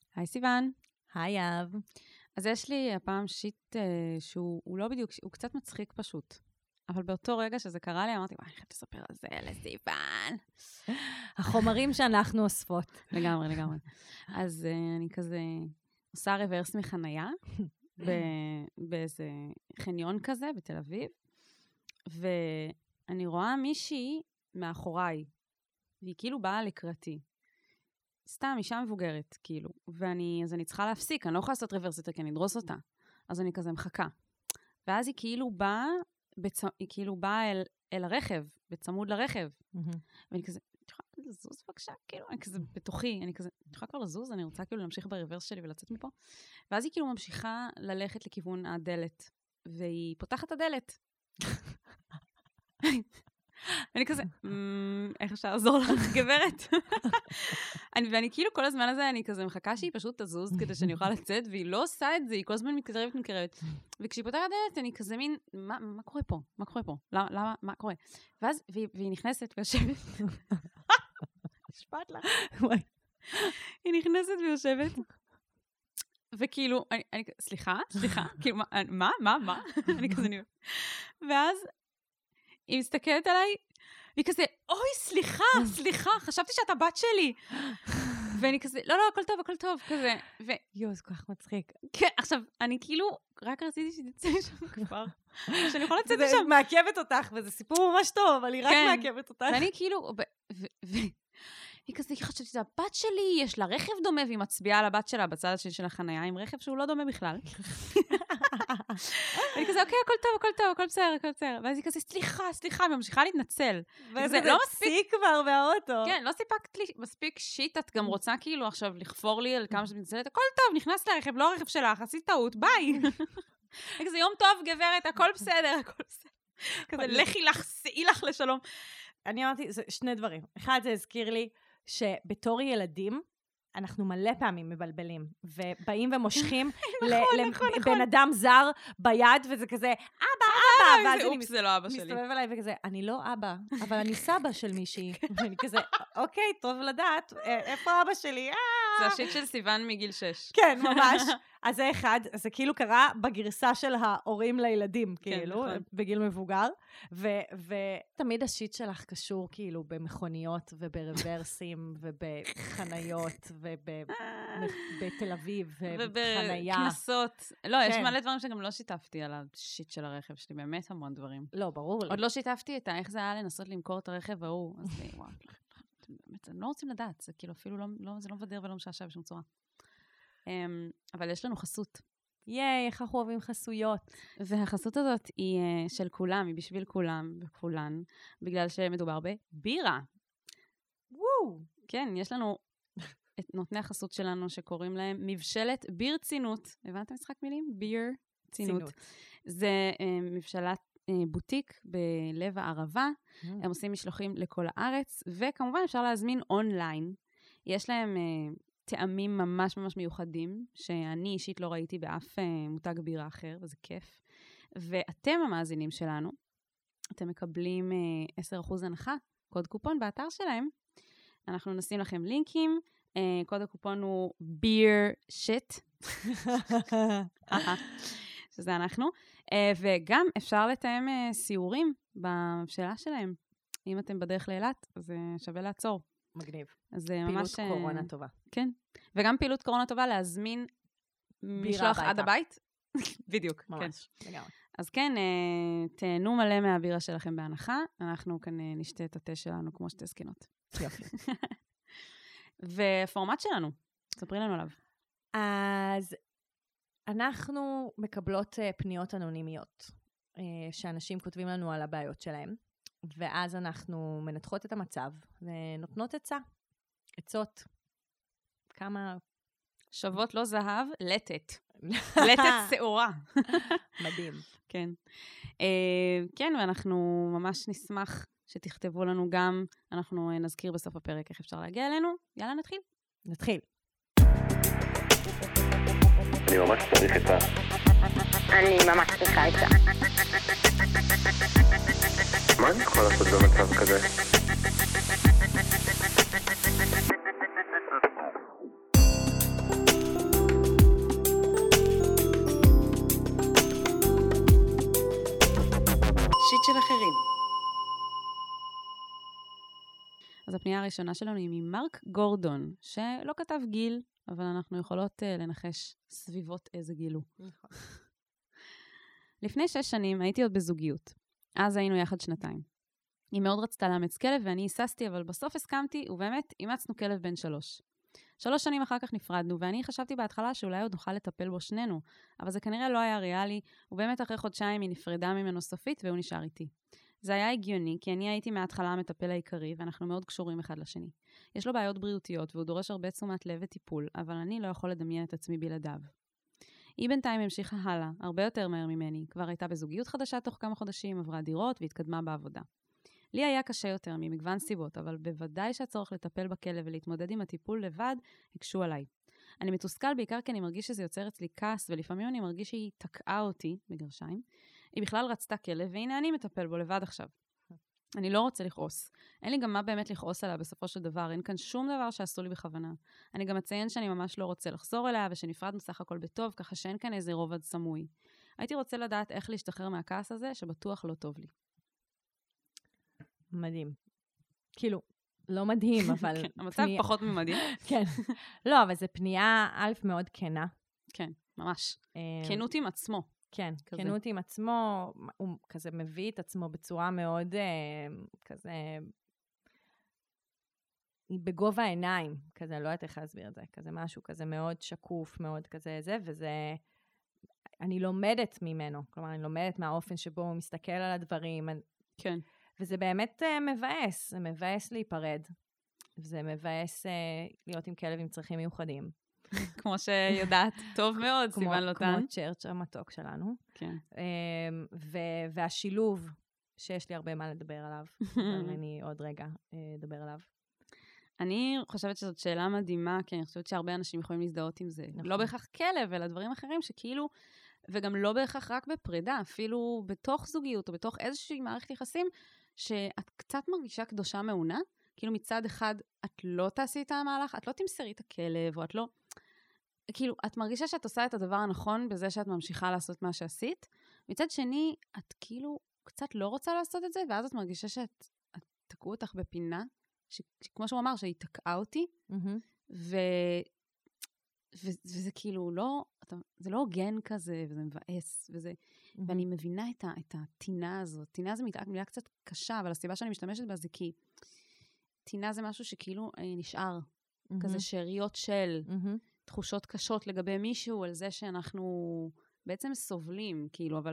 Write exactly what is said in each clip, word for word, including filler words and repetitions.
היי סיוון. היי אב. אז יש לי הפעם שיט אה, שהוא לא בדיוק, הוא קצת מצחיק פשוט. אבל באותו רגע שזה קרה לי, אמרתי, וואי, אני חייבת לספר על זה לסיוון. החומרים שאנחנו אוספות. לגמרי, לגמרי. אז אה, אני כזה עושה רוורס מחנייה, באיזה חניון כזה בתל אביב, ואני רואה מישהי מאחוריי, והיא כאילו באה לקראתי. סתם, אישה מבוגרת, כאילו. ואני, אז אני צריכה להפסיק, אני לא יכולה לעשות רוורס יותר, כי אני אדרוס אותה. אז אני כזה מחכה. ואז היא כאילו באה, בצ... היא כאילו באה אל, אל הרכב, בצמוד לרכב. Mm-hmm. ואני כזה, את יכולה לזוז בבקשה? כאילו, אני כזה בתוכי, אני כזה, את יכולה כבר לזוז? אני רוצה כאילו להמשיך ברוורס שלי ולצאת מפה. ואז היא כאילו ממשיכה ללכת לכיוון הדלת. והיא פותחת את הדלת. ואני כזה, איך אפשר לעזור לך, גברת? ואני כאילו כל הזמן הזה, אני כזה מחכה שהיא פשוט תזוז כדי שאני אוכל לצאת, והיא לא עושה את זה, היא כל הזמן מתקרבת מתקרבת. וכשהיא פותחת דלת, אני כזה מין, מה קורה פה? מה קורה פה? למה? מה קורה? ואז, והיא נכנסת ויושבת. השפעת לך. היא נכנסת ויושבת. וכאילו, אני, סליחה, סליחה, כאילו, מה, מה, מה? אני כזה נראה. ואז, היא מסתכלת עליי, והיא כזה, אוי, סליחה, סליחה, חשבתי שאתה בת שלי. ואני כזה, לא, לא, הכל טוב, הכל טוב, כזה. ו... יו, זה כל כך מצחיק. כן, עכשיו, אני כאילו, רק רציתי שתצא שם כבר, שאני יכולה לצאת שם. זה מעכבת אותך, וזה סיפור ממש טוב, אבל היא רק מעכבת אותך. ואני כאילו, היא כזה, היא חשבתי שזה הבת שלי, יש לה רכב דומה, והיא מצביעה על הבת שלה בצד השני של החנייה, עם רכב שהוא לא דומה בכלל. ואני כזה, אוקיי, הכל טוב, הכל טוב, הכל בסדר, הכל בסדר. ואז היא כזה, סליחה, סליחה, וממשיכה להתנצל. וזה לא מספיק כבר מהאוטו. כן, לא סיפקת לי מספיק שיט, את גם רוצה כאילו עכשיו לכפור לי על כמה שאת מתנצלת, הכל טוב, נכנס לרכב, לא הרכב שלך, עשית טעות, ביי. כזה, יום טוב, גברת, הכל בסדר, הכל בסדר. כזה, לכי לך, סעי לך לשלום. אני אמרתי, זה שני דברים. אחד, זה הזכיר לי שבתור ילדים, אנחנו מלא פעמים מבלבלים, ובאים ומושכים לבן אדם זר ביד, וזה כזה, אבא, אבא, ואז אני מסתובב עליי וכזה, אני לא אבא, אבל אני סבא של מישהי, ואני כזה, אוקיי, טוב לדעת, איפה אבא שלי? זה השיט של סיוון מגיל שש. כן, ממש. אז זה אחד, זה כאילו קרה בגרסה של ההורים לילדים, כאילו, בגיל מבוגר, ותמיד השיט שלך קשור כאילו במכוניות וברוורסים ובחניות ובתל אביב ובחנייה. ובכנסות. לא, יש מלא דברים שגם לא שיתפתי על השיט של הרכב שלי, באמת המון דברים. לא, ברור לי. עוד לא שיתפתי את איך זה היה לנסות למכור את הרכב ההוא, אז וואו, באמת, הם לא רוצים לדעת, זה כאילו אפילו לא, זה לא מבדר ולא משעשע בשום צורה. אבל יש לנו חסות. ייי, איך אנחנו אוהבים חסויות. והחסות הזאת היא של כולם, היא בשביל כולם וכולן, בגלל שמדובר בבירה. וואו. כן, יש לנו את נותני החסות שלנו שקוראים להם מבשלת ביר צינות. הבנת משחק מילים? ביר צינות. זה מבשלת בוטיק בלב הערבה. הם עושים משלוחים לכל הארץ, וכמובן אפשר להזמין אונליין. יש להם טעמים ממש ממש מיוחדים, שאני אישית לא ראיתי באף מותג בירה אחר, וזה כיף. ואתם המאזינים שלנו, אתם מקבלים עשרה אחוז הנחה, קוד קופון באתר שלהם. אנחנו נשים לכם לינקים, קוד הקופון הוא beer shit, שזה אנחנו, וגם אפשר לתאם סיורים במבשלה שלהם. אם אתם בדרך לאילת, אז שווה לעצור. מגניב. אז פעילות ממש, קורונה טובה. כן. וגם פעילות קורונה טובה להזמין משלוח עד הבית. בדיוק. ממש, כן. לגמרי. אז כן, תהנו מלא מהבירה שלכם בהנחה. אנחנו כאן נשתה את התה שלנו כמו שתי זקנות. יופי. ופורמט שלנו, ספרי לנו עליו. אז אנחנו מקבלות פניות אנונימיות, שאנשים כותבים לנו על הבעיות שלהם. ואז אנחנו מנתחות את המצב, ונותנות עצה, עצות, כמה... שוות לא זהב, לטת. לטת שעורה. מדהים. כן. כן, ואנחנו ממש נשמח שתכתבו לנו גם, אנחנו נזכיר בסוף הפרק איך אפשר להגיע אלינו. יאללה, נתחיל. נתחיל. אני ממש צריך עצה. אני ממש צריכה עצה. מה אני יכול לעשות במצב כזה? אישית של אחרים. אז הפנייה הראשונה שלנו היא ממרק גורדון, שלא כתב גיל, אבל אנחנו יכולות uh, לנחש סביבות איזה גיל הוא. נכון. לפני שש שנים הייתי עוד בזוגיות. אז היינו יחד שנתיים. היא מאוד רצתה לאמץ כלב ואני היססתי, אבל בסוף הסכמתי, ובאמת אימצנו כלב בן שלוש. שלוש שנים אחר כך נפרדנו, ואני חשבתי בהתחלה שאולי עוד נוכל לטפל בו שנינו, אבל זה כנראה לא היה ריאלי, ובאמת אחרי חודשיים היא נפרדה ממנו סופית והוא נשאר איתי. זה היה הגיוני, כי אני הייתי מההתחלה המטפל העיקרי, ואנחנו מאוד קשורים אחד לשני. יש לו בעיות בריאותיות, והוא דורש הרבה תשומת לב וטיפול, אבל אני לא יכול לדמיין את עצמי בלעדיו. היא בינתיים המשיכה הלאה, הרבה יותר מהר ממני. כבר הייתה בזוגיות חדשה תוך כמה חודשים, עברה דירות והתקדמה בעבודה. לי היה קשה יותר ממגוון סיבות, אבל בוודאי שהצורך לטפל בכלב ולהתמודד עם הטיפול לבד הקשו עליי. אני מתוסכל בעיקר כי אני מרגיש שזה יוצר אצלי כעס, ולפעמים אני מרגיש שהיא תקעה אותי, בגרשיים. היא בכלל רצתה כלב, והנה אני מטפל בו לבד עכשיו. אני לא רוצה לכעוס. אין לי גם מה באמת לכעוס עליה בסופו של דבר, אין כאן שום דבר שעשו לי בכוונה. אני גם אציין שאני ממש לא רוצה לחזור אליה, ושנפרדנו סך הכל בטוב, ככה שאין כאן איזה רובד סמוי. הייתי רוצה לדעת איך להשתחרר מהכעס הזה, שבטוח לא טוב לי. מדהים. כאילו, לא מדהים, אבל... כן, המצב פחות ממדהים. כן. לא, אבל זו פנייה א' מאוד כנה. כן, ממש. כנות עם עצמו. כן, כנות עם עצמו, הוא כזה מביא את עצמו בצורה מאוד כזה... בגובה העיניים, כזה, אני לא יודעת איך להסביר את זה, כזה משהו כזה מאוד שקוף, מאוד כזה זה, וזה... אני לומדת ממנו, כלומר, אני לומדת מהאופן שבו הוא מסתכל על הדברים. כן. וזה באמת uh, מבאס, זה מבאס להיפרד. זה מבאס uh, להיות עם כלב עם צרכים מיוחדים. כמו שיודעת טוב מאוד, סימן לוטן. כמו צ'רץ' המתוק שלנו. כן. Um, ו- והשילוב, שיש לי הרבה מה לדבר עליו, אבל אני עוד רגע uh, אדבר עליו. אני חושבת שזאת שאלה מדהימה, כי אני חושבת שהרבה אנשים יכולים להזדהות עם זה. נכון. לא בהכרח כלב, אלא דברים אחרים שכאילו, וגם לא בהכרח רק בפרידה, אפילו בתוך זוגיות או בתוך איזושהי מערכת יחסים, שאת קצת מרגישה קדושה מעונה, כאילו מצד אחד את לא תעשי את המהלך, את לא תמסרי את הכלב, או את לא... כאילו, את מרגישה שאת עושה את הדבר הנכון בזה שאת ממשיכה לעשות מה שעשית, מצד שני, את כאילו קצת לא רוצה לעשות את זה, ואז את מרגישה שאת את תקעו אותך בפינה, שכמו שהוא אמר, שהיא תקעה אותי, ו... ו... וזה כאילו לא, זה לא הוגן כזה, וזה מבאס, וזה... ואני מבינה את, ה... את התינה הזאת. תינה זה מילה קצת קשה, אבל הסיבה שאני משתמשת בה זה כי תינה זה משהו שכאילו נשאר, כזה שאריות של תחושות קשות לגבי מישהו, על זה שאנחנו בעצם סובלים, כאילו, אבל...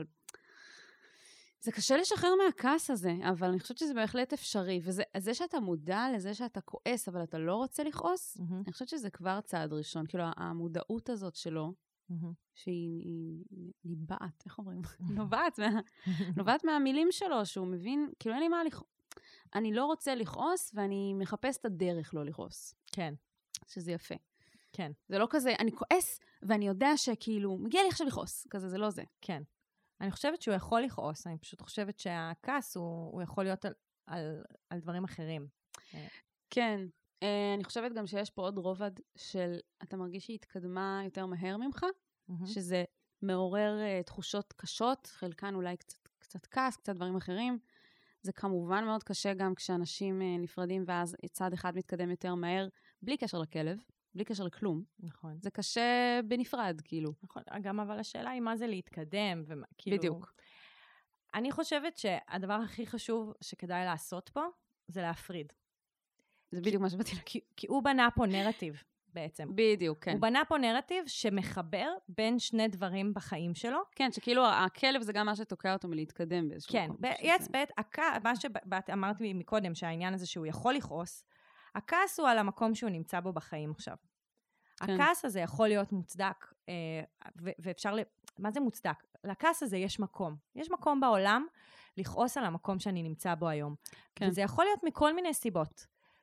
זה קשה לשחרר מהכעס הזה, אבל אני חושבת שזה בהחלט אפשרי, וזה שאתה מודע לזה שאתה כועס, אבל אתה לא רוצה לכעוס, mm-hmm. אני חושבת שזה כבר צעד ראשון, כאילו המודעות הזאת שלו, mm-hmm. שהיא ניבעת, איך אומרים? נובעת, מה, נובעת מהמילים שלו, שהוא מבין, כאילו אין לי מה לכעוס, אני לא רוצה לכעוס, ואני מחפש את הדרך לא לכעוס. כן. שזה יפה. כן. זה לא כזה, אני כועס, ואני יודע שכאילו, מגיע לי עכשיו לכעוס, כזה, זה לא זה. כן. אני חושבת שהוא יכול לכעוס, אני פשוט חושבת שהכעס הוא, הוא יכול להיות על, על, על דברים אחרים. כן, אני חושבת גם שיש פה עוד רובד של, אתה מרגיש שהיא התקדמה יותר מהר ממך, mm-hmm. שזה מעורר תחושות קשות, חלקן אולי קצת, קצת כעס, קצת דברים אחרים. זה כמובן מאוד קשה גם כשאנשים נפרדים, ואז צד אחד מתקדם יותר מהר, בלי קשר לכלב. בלי קשר לכלום. נכון. זה קשה בנפרד, כאילו. נכון, גם אבל השאלה היא מה זה להתקדם, וכאילו... בדיוק. אני חושבת שהדבר הכי חשוב שכדאי לעשות פה, זה להפריד. זה בדיוק מה שבאתי לה. כי, כי הוא בנה פה נרטיב, בעצם. בדיוק, כן. הוא בנה פה נרטיב שמחבר בין שני דברים בחיים שלו. כן, שכאילו הכלב זה גם מה שתוקע אותו מלהתקדם באיזשהו כן, יש בית, מה שאמרתי מקודם, שהעניין הזה שהוא יכול לכעוס, הכעס הוא על המקום שהוא נמצא בו בחיים עכשיו. כן. הכעס הזה יכול להיות מוצדק, ו- ואפשר, ל- מה זה מוצדק? לכעס הזה יש מקום. יש מקום בעולם לכעוס על המקום שאני נמצא בו היום. כן. וזה יכול להיות מכל מיני סיבות.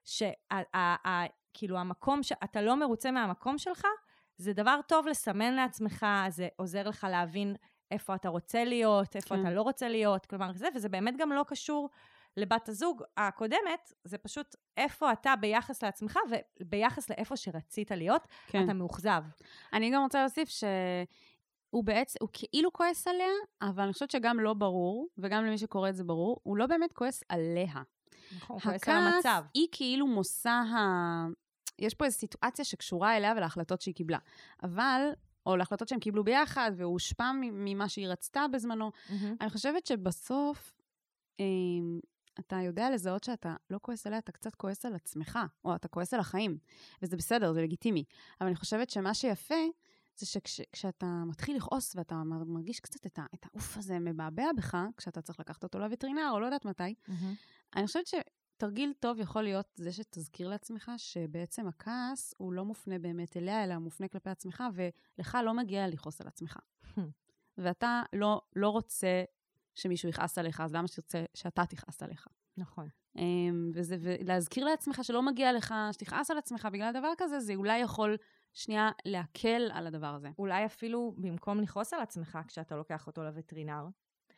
שכאילו המקום שאתה לא מרוצה מהמקום שלך, זה דבר טוב לסמן לעצמך, זה עוזר לך להבין איפה אתה רוצה להיות, איפה כן. אתה לא רוצה להיות, כלומר זה, וזה באמת גם לא קשור לבת הזוג הקודמת, זה פשוט איפה אתה ביחס לעצמך, וביחס לאיפה שרצית להיות, כן. אתה מאוכזב. אני גם רוצה להוסיף שהוא הוא בעצם, הוא כאילו כועס עליה, אבל אני חושבת שגם לא ברור, וגם למי שקורא את זה ברור, הוא לא באמת כועס עליה. נכון, הוא כועס על המצב. היא כאילו מושא ה... יש פה איזו סיטואציה שקשורה אליה ולהחלטות שהיא קיבלה. אבל, או להחלטות שהם קיבלו ביחד, והוא הושפע ממה שהיא רצתה בזמנו. Mm-hmm. אני חושבת שבסוף, אה, אתה יודע לזהות שאתה לא כועס עליה, אתה קצת כועס על עצמך, או אתה כועס על החיים. וזה בסדר, זה לגיטימי. אבל אני חושבת שמה שיפה, זה שכשאתה מתחיל לכעוס, ואתה מרגיש קצת את, את האוף הזה מבעבע בך, כשאתה צריך לקחת אותו לווטרינר, או לא יודעת מתי, mm-hmm. אני חושבת שתרגיל טוב יכול להיות זה שתזכיר לעצמך, שבעצם הכעס הוא לא מופנה באמת אליה, אלא מופנה כלפי עצמך, ולך לא מגיע לכעוס על עצמך. ואתה לא, לא רוצה שמישהו יכעס עליך, אז למה שתרצה שאתה תכעס עליך? נכון. וזה, ולהזכיר לעצמך שלא מגיע לך, שתכעס על עצמך בגלל דבר כזה, זה אולי יכול שנייה להקל על הדבר הזה. אולי אפילו במקום לכעוס על עצמך, כשאתה לוקח אותו לווטרינר,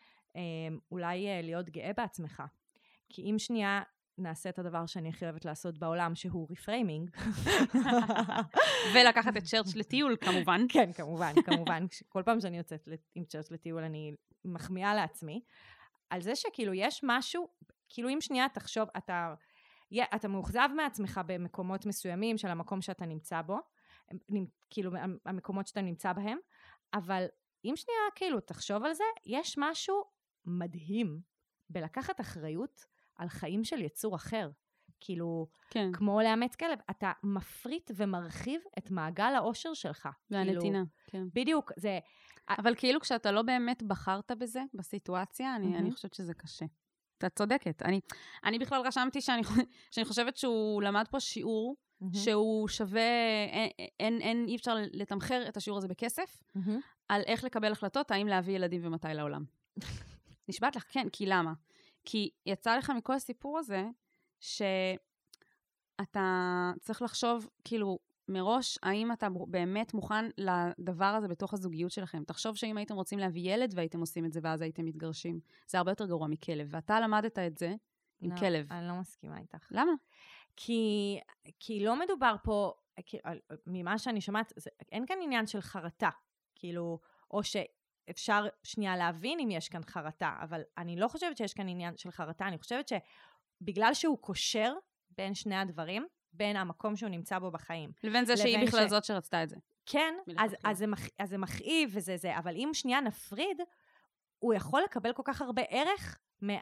אולי להיות גאה בעצמך. כי אם שנייה נעשה את הדבר שאני הכי אוהבת לעשות בעולם, שהוא ריפריימינג. ולקחת את צ'רץ' לטיול, כמובן. כן, כמובן, כמובן. כל פעם שאני יוצאת עם צ'רץ' לטיול, אני מחמיאה לעצמי. על זה שכאילו יש משהו, כאילו אם שנייה תחשוב, אתה, אתה מאוכזב מעצמך במקומות מסוימים של המקום שאתה נמצא בו, כאילו המקומות שאתה נמצא בהם, אבל אם שנייה כאילו תחשוב על זה, יש משהו מדהים בלקחת אחריות על חיים של יצור אחר. כאילו, כן. כמו לאמץ כלב, אתה מפריט ומרחיב את מעגל האושר שלך. והנתינה, כאילו, כן. בדיוק, זה... אבל כאילו כשאתה לא באמת בחרת בזה, בסיטואציה, אני, mm-hmm. אני חושבת שזה קשה. אתה צודקת. אני, אני בכלל רשמתי שאני, שאני חושבת שהוא למד פה שיעור, mm-hmm. שהוא שווה, אין, אין, אין, אי אפשר לתמחר את השיעור הזה בכסף, mm-hmm. על איך לקבל החלטות, האם להביא ילדים ומתי לעולם. נשבעת לך, כן, כי למה? כי יצא לך מכל הסיפור הזה, שאתה צריך לחשוב, כאילו, מראש, האם אתה באמת מוכן לדבר הזה בתוך הזוגיות שלכם. תחשוב שאם הייתם רוצים להביא ילד והייתם עושים את זה, ואז הייתם מתגרשים. זה הרבה יותר גרוע מכלב. ואתה למדת את זה עם לא, כלב. אני לא מסכימה איתך. למה? כי, כי לא מדובר פה, ממה שאני שומעת, זה, אין כאן עניין של חרטה. כאילו, או שאפשר שנייה להבין אם יש כאן חרטה, אבל אני לא חושבת שיש כאן עניין של חרטה. אני חושבת שבגלל שהוא קושר בין שני הדברים, בין המקום שהוא נמצא בו בחיים. לבין זה שהיא בכלל ש... זאת שרצתה את זה. כן, אז, אז, זה מח... אז זה מכאיב וזה זה, אבל אם שנייה נפריד, הוא יכול לקבל כל כך הרבה ערך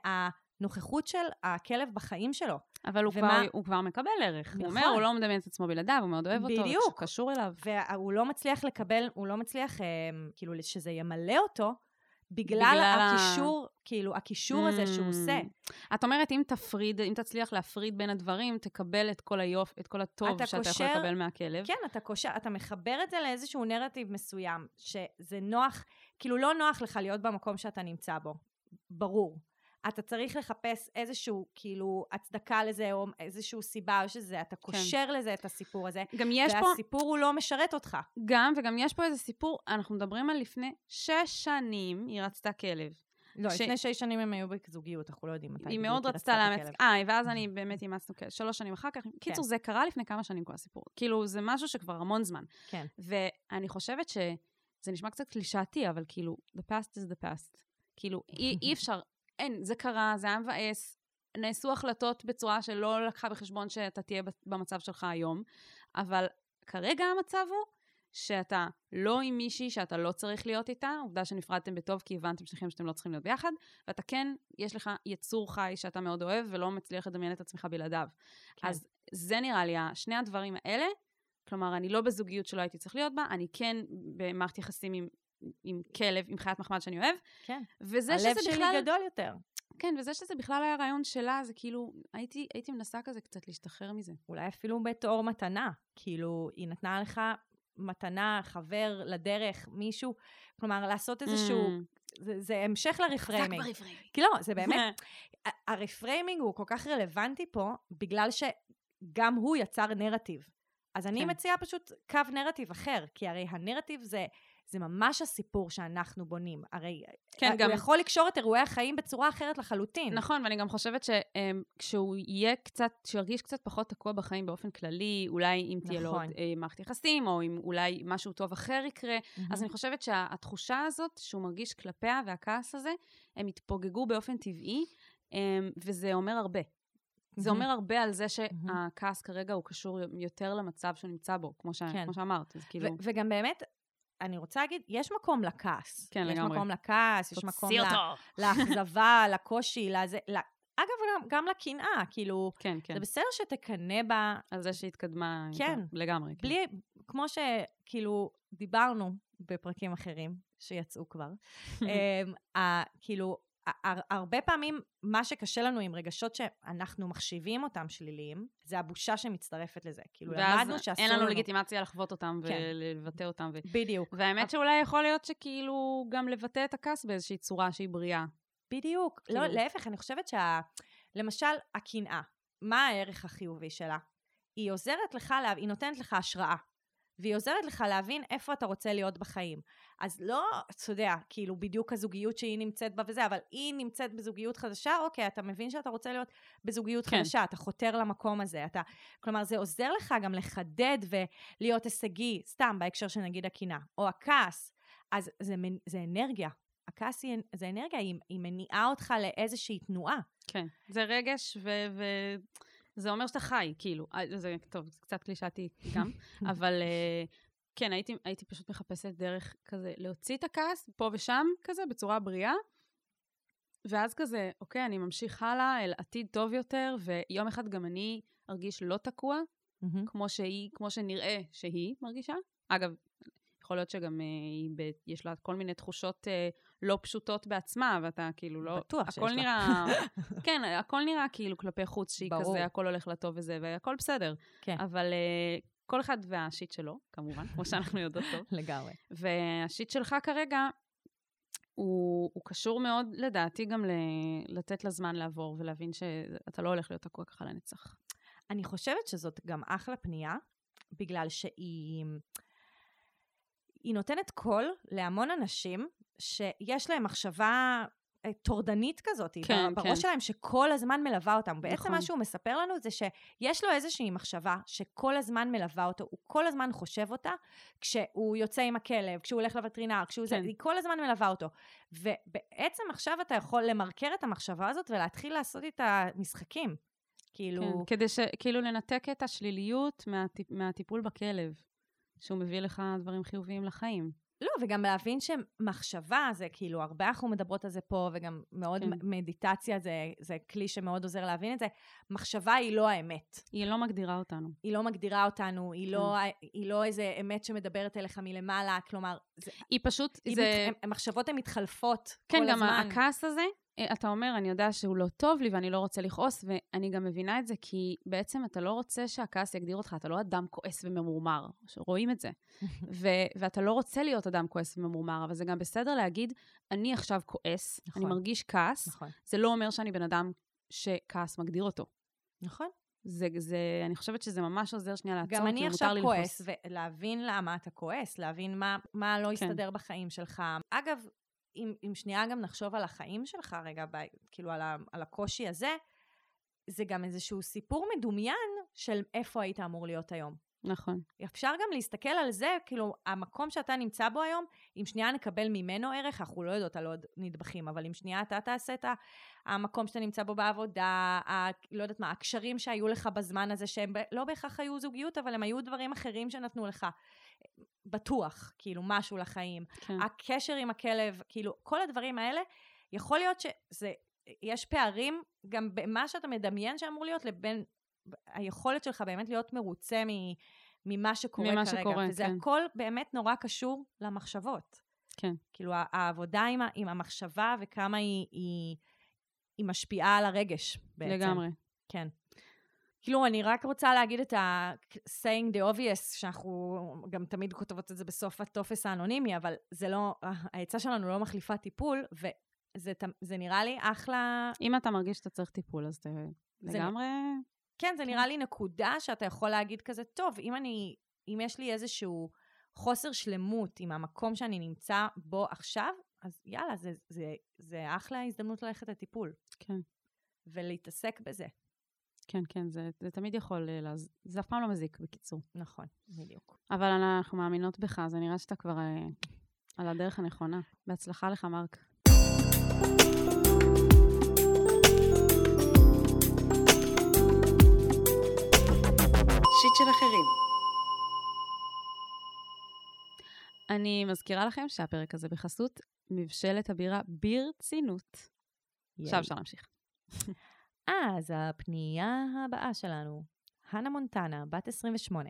מהנוכחות של הכלב בחיים שלו. אבל הוא, ומה... כבר, הוא כבר מקבל ערך. נכון. הוא אומר, הוא לא מדמיין את עצמו בלעדיו, הוא מאוד אוהב אותו, בדיוק. קשור אליו. והוא לא מצליח לקבל, הוא לא מצליח, אה, כאילו, שזה ימלא אותו, בגלל, בגלל הקישור, כאילו, הקישור הזה שהוא עושה. את אומרת, אם תפריד, אם תצליח להפריד בין הדברים, תקבל את כל היופ, את כל הטוב שאתה יכול לקבל מהכלב. כן, אתה קושר, אתה מחבר את זה לאיזשהו נרטיב מסוים, שזה נוח, כאילו לא נוח לך להיות במקום שאתה נמצא בו. ברור. אתה צריך לחפש איזשהו, כאילו, הצדקה לזה, או איזשהו סיבה, או שזה, אתה קושר לזה את הסיפור הזה, גם יש פה... והסיפור הוא לא משרת אותך. גם, וגם יש פה איזה סיפור, אנחנו מדברים על לפני שש שנים, היא רצתה כלב. לא, ש... לפני שש שנים הם היו בזוגיות, אנחנו לא יודעים מתי. היא מאוד רצתה לאמץ, אה, ואז אני באמת אימצנו שלוש שנים אחר כך. כן. קיצור, זה קרה לפני כמה שנים כל הסיפור. כאילו, זה משהו שכבר המון זמן. כן. ואני חושבת שזה נשמע קצת קלישאתי, אבל כאילו, the past is the past. כאילו, אי, אי אפשר, אין, זה קרה, זה היה מבאס, נעשו החלטות בצורה שלא לקחה בחשבון שאתה תהיה במצב שלך היום, אבל כרגע המצב הוא שאתה לא עם מישהי שאתה לא צריך להיות איתה, עובדה שנפרדתם בטוב כי הבנתם שניכם שאתם לא צריכים להיות ביחד, ואתה כן, יש לך יצור חי שאתה מאוד אוהב ולא מצליח לדמיין את עצמך בלעדיו. כן. אז זה נראה לי, שני הדברים האלה, כלומר, אני לא בזוגיות שלא הייתי צריך להיות בה, אני כן במערכת יחסים עם, עם כלב, עם חיית מחמד שאני אוהב. כן. וזה הלב שזה שלי בכלל... גדול יותר. כן, וזה שזה בכלל היה רעיון שלה, זה כאילו, הייתי, הייתי מנסה כזה קצת להשתחרר מזה. אולי אפילו בתור מתנה, כאילו, היא נתנה לך מתנה, חבר, לדרך, מישהו, כלומר, לעשות איזשהו, mm. זה, זה המשך לרפריימינג. חזק ברפריימינג. כי לא, זה באמת, הרפריימינג הוא כל כך רלוונטי פה, בגלל שגם הוא יצר נרטיב. אז אני כן. מציעה פשוט קו נרטיב אחר, כי הרי הנרטיב זה, זה ממש הסיפור שאנחנו בונים. הרי כן, הוא גם... יכול לקשור את אירועי החיים בצורה אחרת לחלוטין. נכון, ואני גם חושבת שכשהוא יהיה קצת, שירגיש קצת פחות תקוע בחיים באופן כללי, אולי אם תהיה לו נכון. מערכת יחסים, או אם אולי משהו טוב אחר יקרה, אז אני חושבת שהתחושה הזאת שהוא מרגיש כלפיה והכעס הזה, הם התפוגגו באופן טבעי, וזה אומר הרבה. זה אומר הרבה על זה שהכעס כרגע הוא קשור יותר למצב שהוא נמצא בו, כמו שאמרת. וגם באמת, אני רוצה להגיד, יש מקום לכעס. כן, לגמרי. יש מקום לכעס, יש מקום לאכזבה, לקושי, לזה... אגב, גם לקנאה, כאילו, כן, כן. זה בסדר שתקנה בה... על זה שהתקדמה כן. לגמרי. בלי, כמו שכאילו דיברנו בפרקים אחרים, שיצאו כבר, כאילו, הרבה פעמים מה שקשה לנו עם רגשות שאנחנו מחשיבים אותם שליליים, זה הבושה שמצטרפת לזה. כאילו, למדנו שאסור לנו... אין לנו לגיטימציה לחוות אותם ולבטא אותם. בדיוק. והאמת שאולי יכול להיות שכאילו גם לבטא את הכעס באיזושהי צורה שהיא בריאה. בדיוק. לא, להפך, אני חושבת שה... למשל, הקנאה, מה הערך החיובי שלה? היא עוזרת לך, היא נותנת לך השראה. והיא עוזרת לך להבין איפה אתה רוצה להיות בחיים. אז לא, אתה יודע, כאילו בדיוק הזוגיות שהיא נמצאת בה וזה, אבל היא נמצאת בזוגיות חדשה, אוקיי, אתה מבין שאתה רוצה להיות בזוגיות כן. חדשה, אתה חותר למקום הזה, אתה, כלומר, זה עוזר לך גם לחדד ולהיות הישגי, סתם בהקשר שנגיד הקנאה, או הכעס, אז זה, זה אנרגיה. הכעס היא, זה אנרגיה, היא, היא מניעה אותך לאיזושהי תנועה. כן, זה רגש ו... ו... זה אומר שאתה חי, כאילו. זה טוב, זה קצת קלישאתי גם, אבל כן, הייתי, הייתי פשוט מחפשת דרך כזה, להוציא את הכעס, פה ושם, כזה, בצורה בריאה, ואז כזה, אוקיי, אני ממשיך הלאה אל עתיד טוב יותר, ויום אחד גם אני ארגיש לא תקוע, כמו שהיא, כמו שנראה שהיא מרגישה. אגב, יכול להיות שגם היא, יש לה כל מיני תחושות לא פשוטות בעצמה, ואתה כאילו לא... בטוח שיש לה. נראה, כן, הכל נראה כאילו כלפי חוץ, שהיא ברור. כזה, הכל הולך לטוב וזה, והכל בסדר. כן. אבל uh, כל אחד והשיט שלו, כמובן, כמו שאנחנו יודעות טוב. לגמרי. והשיט שלך כרגע, הוא, הוא קשור מאוד, לדעתי, גם ל, לתת לזמן לעבור, ולהבין שאתה לא הולך להיות תקוע ככה לנצח. אני חושבת שזאת גם אחלה פנייה, בגלל שהיא... היא נותנת קול להמון אנשים שיש להם מחשבה תורדנית כזאת, כן, בראש כן. שלהם שכל הזמן מלווה אותם. בעצם נכון. מה שהוא מספר לנו זה שיש לו איזושהי מחשבה שכל הזמן מלווה אותו, הוא כל הזמן חושב אותה, כשהוא יוצא עם הכלב, כשהוא הולך לווטרינר, כשהוא כן. זה, היא כל הזמן מלווה אותו. ובעצם עכשיו אתה יכול למרקר את המחשבה הזאת ולהתחיל לעשות את המשחקים. כאילו... כן, כדי ש... כאילו לנתק את השליליות מהטיפ... מהטיפול בכלב. שהוא מביא לך דברים חיוביים לחיים. לא, וגם להבין שמחשבה, זה כאילו, הרבה אנחנו מדברות על זה פה, וגם מאוד כן. מדיטציה, זה, זה כלי שמאוד עוזר להבין את זה. מחשבה היא לא האמת. היא לא מגדירה אותנו. היא לא מגדירה אותנו, היא, כן. לא, היא לא איזה אמת שמדברת אליך מלמעלה, כלומר... זה, היא פשוט... היא זה... מת, המחשבות הן מתחלפות כן, כל הזמן. כן, גם הכעס הזה, אתה אומר, אני יודע שהוא לא טוב לי, ואני לא רוצה לכעוס, ואני גם מבינה את זה, כי בעצם אתה לא רוצה שהכעס יגדיר אותך, אתה לא אדם כועס וממורמר, רואים את זה. ו- ואתה לא רוצה להיות אדם כועס וממורמר, אבל זה גם בסדר להגיד, אני עכשיו כועס, נכון. אני מרגיש כעס, נכון. זה לא אומר שאני בן אדם שכעס מגדיר אותו. נכון. זה, זה, אני חושבת שזה ממש עוזר שנייה לעצור, גם אני עכשיו כועס, ולהבין למה אתה כועס, להבין מה, מה לא יסתדר כן. בחיים שלך. אגב, אם, אם שנייה גם נחשוב על החיים שלך רגע, ב, כאילו על, ה, על הקושי הזה, זה גם איזשהו סיפור מדומיין של איפה היית אמור להיות היום. נכון. אפשר גם להסתכל על זה, כאילו המקום שאתה נמצא בו היום, אם שנייה נקבל ממנו ערך, אנחנו לא יודעות על עוד נדבכים, אבל אם שנייה אתה תעשה את המקום שאתה נמצא בו בעבודה, ה, לא יודעת מה, הקשרים שהיו לך בזמן הזה, שהם לא בהכרח היו זוגיות, אבל הם היו דברים אחרים שנתנו לך. בטוח, כאילו, משהו לחיים. כן. הקשר עם הכלב, כאילו, כל הדברים האלה, יכול להיות שזה, יש פערים גם במה שאתה מדמיין שאמור להיות, לבין היכולת שלך באמת להיות מרוצה ממה שקורה ממה כרגע. שקורה, וזה כן. הכל באמת נורא קשור למחשבות. כן. כאילו, העבודה עם, עם המחשבה וכמה היא, היא, היא משפיעה על הרגש בעצם. לגמרי. כן. כאילו, אני רק רוצה להגיד את ה-saying the obvious, שאנחנו גם תמיד כותבות את זה בסוף הטופס האנונימי, אבל זה לא, העצה שלנו לא מחליפה טיפול, וזה זה נראה לי אחלה... אם אתה מרגיש שאתה צריך טיפול, אז זה לגמרי... כן, זה נראה לי נקודה שאתה יכול להגיד כזה, טוב, אם אני, אם יש לי איזשהו חוסר שלמות עם המקום שאני נמצא בו עכשיו, אז יאללה, זה, זה, זה אחלה הזדמנות ללכת לטיפול. כן. ולהתעסק בזה. כן, כן, זה, זה תמיד יכול, לאז... זה אף פעם לא מזיק, בקיצור. נכון, בדיוק. אבל אנחנו מאמינות בך, אז אני רואה שאתה כבר אה, על הדרך הנכונה. בהצלחה לך, מרק. שיט של אחרים. אני מזכירה לכם שהפרק הזה בחסות מבשלת הבירה ברצינות. עכשיו אפשר להמשיך. אז הפנייה הבאה שלנו, הנה מונטנה, בת עשרים ושמונה.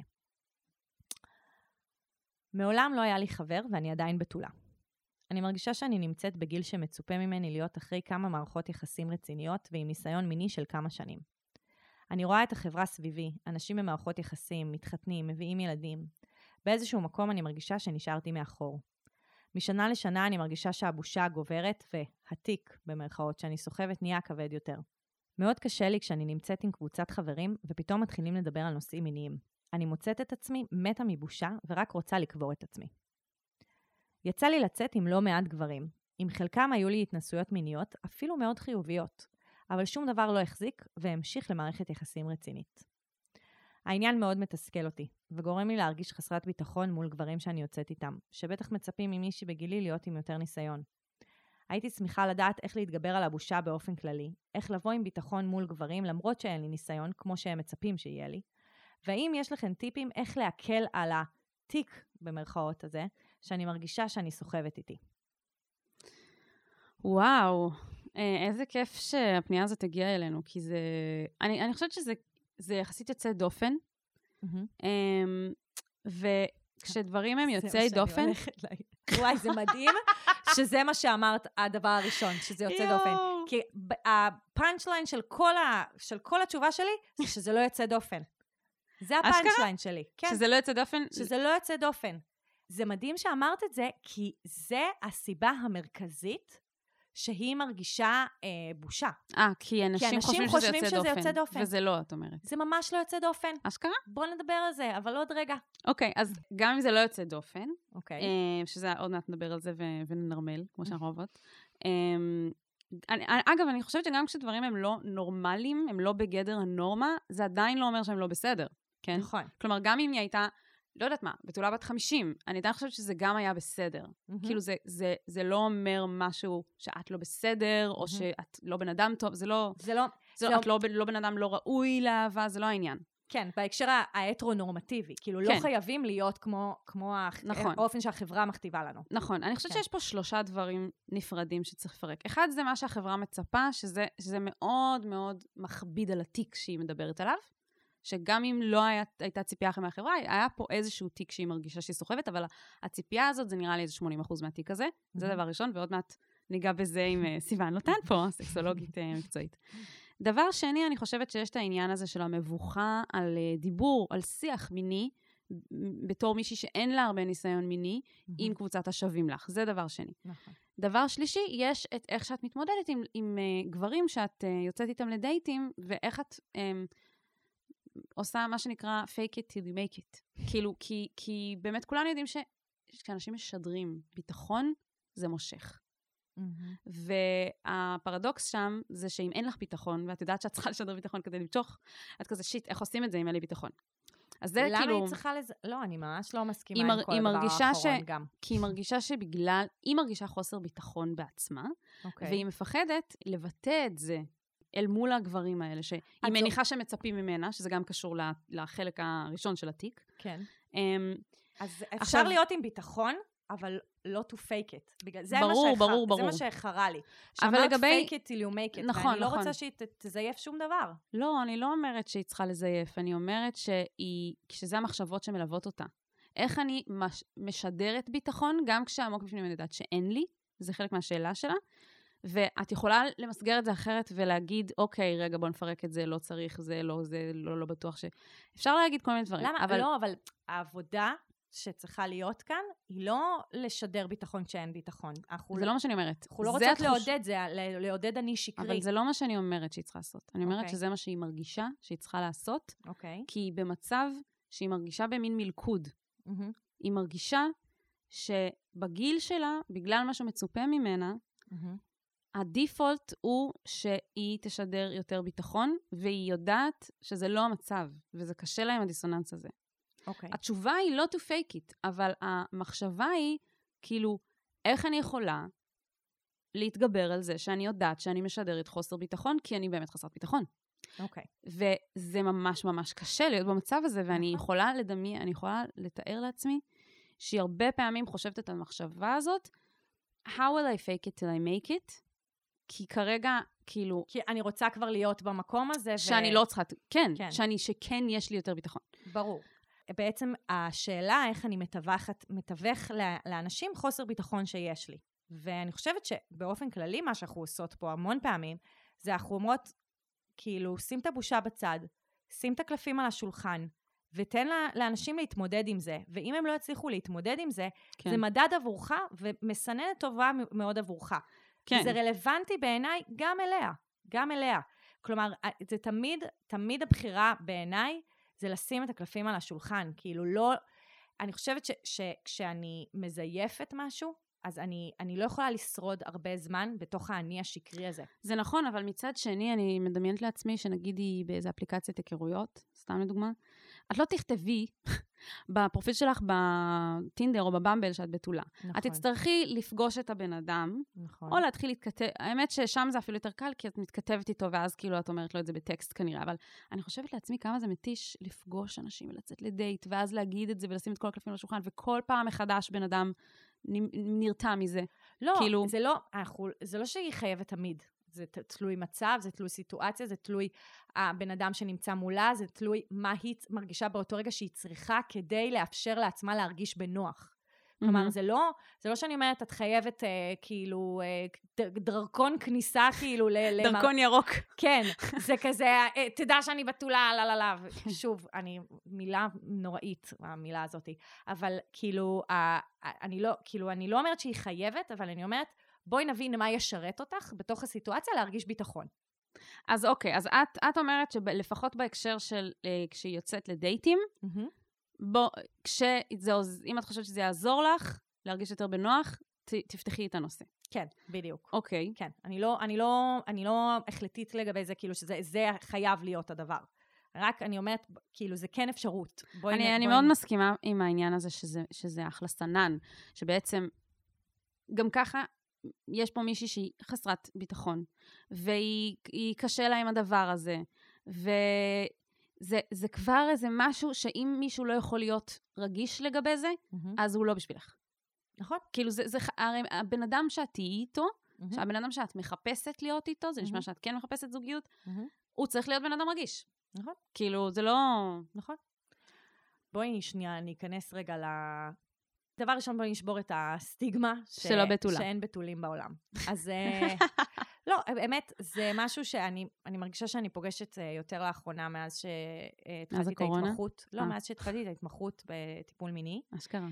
מעולם לא היה לי חבר ואני עדיין בתולה. אני מרגישה שאני נמצאת בגיל שמצופה ממני להיות אחרי כמה מערכות יחסים רציניות ועם ניסיון מיני של כמה שנים. אני רואה את החברה סביבי, אנשים במערכות יחסים, מתחתנים, מביאים ילדים. באיזשהו מקום אני מרגישה שנשארתי מאחור. משנה לשנה אני מרגישה שהבושה גוברת והתיק במרכאות שאני סוחבת נהיה כבד יותר. מאוד קשה לי כשאני נמצאת עם קבוצת חברים ופתאום מתחילים לדבר על נושאים מיניים. אני מוצאת את עצמי מתה מבושה ורק רוצה לקבור את עצמי. יצא לי לצאת עם לא מעט גברים. עם חלקם היו לי התנסויות מיניות, אפילו מאוד חיוביות. אבל שום דבר לא החזיק והמשיך למערכת יחסים רצינית. העניין מאוד מתסכל אותי, וגורם לי להרגיש חסרת ביטחון מול גברים שאני יוצאת איתם, שבטח מצפים ממישהי בגילי להיות עם יותר ניסיון. הייתי שמחה לדעת איך להתגבר על הבושה באופן כללי, איך לבוא עם ביטחון מול גברים למרות שאין לי ניסיון, כמו שהם מצפים שיהיה לי, והאם יש לכם טיפים איך להקל על התיק במרכאות הזה, שאני מרגישה שאני סוחבת איתי. וואו, איזה כיף שהפנייה הזאת הגיעה אלינו, כי זה... אני, אני חושבת שזה זה יחסית יוצא דופן, mm-hmm. וכשדברים הם יוצאי דופן... וואי, זה מדהים שזה מה שאמרת, הדבר הראשון, שזה יוצא דופן. כי הפאנץ' ליין של כל, ה, של כל התשובה שלי, זה שזה לא יוצא דופן. זה הפאנץ' ליין שלי. כן. שזה לא יוצא דופן? שזה לא יוצא דופן. זה מדהים שאמרת את זה, כי זה הסיבה המרכזית שהיא מרגישה אה, בושה. אה, כי אנשים, כי אנשים חושבים, חושבים שזה, יוצא, שזה דופן, יוצא דופן. וזה לא, את אומרת. זה ממש לא יוצא דופן. אשכרה? בוא נדבר על זה, אבל עוד רגע. אוקיי, אז גם אם זה לא יוצא דופן, אוקיי. אה, שזה עוד מעט נדבר על זה ו- וננרמל, כמו שאנחנו אוהבות. אה, אני, אגב, אני חושבת שגם כשדברים הם לא נורמליים, הם לא בגדר הנורמה, זה עדיין לא אומר שהם לא בסדר. כן? נכון. כלומר, גם אם היא הייתה... לא יודעת מה, בתולה בת חמישים, אני עדיין חושבת שזה גם היה בסדר. Mm-hmm. כאילו, זה, זה, זה לא אומר משהו שאת לא בסדר, mm-hmm. או שאת לא בן אדם טוב, זה לא... זה לא... זה זה את לא, לא בן אדם לא ראוי לאהבה, זה לא העניין. כן, בהקשר ההטרונורמטיבי, כאילו כן. לא חייבים להיות כמו, כמו נכון. האופן שהחברה מכתיבה לנו. נכון, אני חושבת כן. שיש פה שלושה דברים נפרדים שצריך לפרק. אחד זה מה שהחברה מצפה, שזה, שזה מאוד מאוד מכביד על התיק שהיא מדברת עליו. שגם אם לא היה, הייתה ציפייה אחרי מהחברה, היה פה איזשהו תיק שהיא מרגישה שהיא סוחבת, אבל הציפייה הזאת זה נראה לי איזה שמונים אחוז מהתיק הזה. Mm-hmm. זה דבר ראשון, ועוד מעט ניגע בזה עם סיוון לוטן פה, סקסולוגית מקצועית. דבר שני, אני חושבת שיש את העניין הזה של המבוכה על דיבור, על שיח מיני, בתור מישהי שאין לה הרבה ניסיון מיני, mm-hmm. עם קבוצת השווים לך. זה דבר שני. נכון. דבר שלישי, יש את איך שאת מתמודדת עם, עם uh, גברים שאת uh, יוצאת איתם לדייטים, ואיך את... Um, עושה מה שנקרא fake it till you make it. כאילו, כי, כי באמת כולנו יודעים ש... שכאנשים משדרים ביטחון, זה מושך. Mm-hmm. והפרדוקס שם זה שאם אין לך ביטחון, ואת יודעת שאת צריכה לשדר ביטחון כדי למשוך, את כזה שיט, איך עושים את זה אם אין לי ביטחון? אז זה למה כאילו... למה היא צריכה לזה? לא, אני ממש לא מסכימה עם, עם כל הדבר האחרון ש... גם. כי היא מרגישה שבגלל... היא מרגישה חוסר ביטחון בעצמה, okay. והיא מפחדת לבטא את זה אל מול הגברים האלה, שהיא מניחה שמצפים ממנה, שזה גם קשור לחלק הראשון של התיק. כן. אז אפשר להיות עם ביטחון, אבל לא to fake it. זה ברור, ברור, ברור. זה מה שחרה לי. שאמרת fake it till you make it. נכון, ואני לא רוצה שהיא תזייף שום דבר. לא, אני לא אומרת שהיא צריכה לזייף. אני אומרת שזה המחשבות שמלוות אותה. איך אני משדרת ביטחון, גם כשעמוק בפנים אני יודעת שאין לי, זה חלק מהשאלה שלה, ואת יכולה למסגר את זה אחרת ולהגיד, אוקיי, רגע, בוא נפרק את זה, לא צריך, זה לא, זה לא, לא בטוח ש... אפשר להגיד כל מיני דברים. למה? אבל... לא, אבל העבודה שצריכה להיות כאן, היא לא לשדר ביטחון כשאין ביטחון. זה לא מה שאני אומרת. אנחנו לא רוצות לעודד, זה לעודד אני שקרי. אבל זה לא מה שאני אומרת שהיא צריכה לעשות. אני אומרת שזה מה שהיא מרגישה שהיא צריכה לעשות, כי היא במצב שהיא מרגישה במין מלכוד. היא מרגישה שבגיל שלה, בגלל מה שמצופה ממנה, הדיפולט הוא שהיא תשדר יותר ביטחון, והיא יודעת שזה לא המצב, וזה קשה לה עם הדיסוננס הזה. אוקיי. התשובה היא לא to fake it, אבל המחשבה היא, כאילו, איך אני יכולה להתגבר על זה שאני יודעת שאני משדרת חוסר ביטחון, כי אני באמת חסרת ביטחון. אוקיי. וזה ממש ממש קשה להיות במצב הזה, ואני יכולה לדמי, אני יכולה לתאר לעצמי, שהיא הרבה פעמים חושבת את המחשבה הזאת, how will I fake it till I make it? כי כרגע, כאילו... כי אני רוצה כבר להיות במקום הזה. שאני ו... לא צריכה... כן, כן, שאני, שכן יש לי יותר ביטחון. ברור. בעצם השאלה איך אני מתווכת, מתווך לאנשים חוסר ביטחון שיש לי. ואני חושבת שבאופן כללי מה שאנחנו עושות פה המון פעמים, זה אנחנו אומרות, כאילו, שים את הבושה בצד, שים את הקלפים על השולחן, ותן לאנשים להתמודד עם זה. ואם הם לא יצליחו להתמודד עם זה, כן. זה מדד עבורך, ומסננת טובה מאוד עבורך. כן. זה רלוונטי בעיניי גם אליה, גם אליה. כלומר, זה תמיד, תמיד הבחירה בעיניי, זה לשים את הקלפים על השולחן. כאילו לא, אני חושבת ש, שכשאני מזייפת משהו, אז אני, אני לא יכולה לשרוד הרבה זמן בתוך האני השקרי הזה. זה נכון, אבל מצד שני, אני מדמיינת לעצמי שנגיד היא באיזו אפליקציית היכרויות, סתם לדוגמה, את לא תכתבי בפרופיל שלך בטינדר או בבמבל שאת בתולה. נכון. את תצטרכי לפגוש את הבן אדם, נכון. או להתחיל להתכתב, האמת ששם זה אפילו יותר קל, כי את מתכתבת איתו, ואז כאילו את אומרת לו את זה בטקסט כנראה, אבל אני חושבת לעצמי כמה זה מתיש לפגוש אנשים ולצאת לדייט, ואז להגיד את זה ולשים את כל הקלפים על השולחן, וכל פעם מחדש בן אדם נרתע מזה. לא, כאילו... זה לא, אנחנו, זה לא שהיא חייבת תמיד. זה תלוי מצב, זה תלוי סיטואציה, זה תלוי הבן אדם שנמצא מולה, זה תלוי מה היא מרגישה באותו רגע שהיא צריכה כדי לאפשר לעצמה להרגיש בנוח. Mm-hmm. כלומר, זה לא, זה לא שאני אומרת, את חייבת אה, כאילו, אה, דרכון כניסה כאילו ל... דרכון ירוק. כן, זה כזה, אה, תדע שאני בתולה, לא, לא, לא. שוב, אני, מילה נוראית, המילה הזאת. אבל כאילו, אה, אני לא, כאילו, אני לא אומרת שהיא חייבת, אבל אני אומרת, בואי נבין מה ישרת אותך בתוך הסיטואציה להרגיש ביטחון. אז אוקיי, אז את, את אומרת שלפחות בהקשר של אה, כשהיא יוצאת לדייטים, mm-hmm. בוא, כשזה, אם את חושבת שזה יעזור לך להרגיש יותר בנוח, ת, תפתחי את הנושא. כן, בדיוק. אוקיי. כן, אני לא, אני לא, אני לא החלטית לגבי זה, כאילו שזה זה חייב להיות הדבר. רק אני אומרת, כאילו זה כן אפשרות. בואי אני, בואי אני מאוד נ... מסכימה עם העניין הזה שזה, שזה אחלה סנן, שבעצם גם ככה, יש פה מישהי שהיא חסרת ביטחון, והיא קשה לה עם הדבר הזה, וזה זה כבר איזה משהו שאם מישהו לא יכול להיות רגיש לגבי זה, mm-hmm. אז הוא לא בשבילך. נכון. כאילו זה, זה, הרי הבן אדם שאת תהיי איתו, mm-hmm. שהבן אדם שאת מחפשת להיות איתו, זה נשמע mm-hmm. שאת כן מחפשת זוגיות, mm-hmm. הוא צריך להיות בן אדם רגיש. נכון. כאילו זה לא... נכון. בואי שנייה, אני אכנס רגע ל... דבר ראשון, בואי נשבור את הסטיגמה ש... של הבתולה. שאין בתולים בעולם. אז לא, באמת, זה משהו שאני אני מרגישה שאני פוגשת יותר לאחרונה מאז שהתחלתי את ההתמחות. לא, מאז שהתחלתי את ההתמחות בטיפול מיני. אשכרה.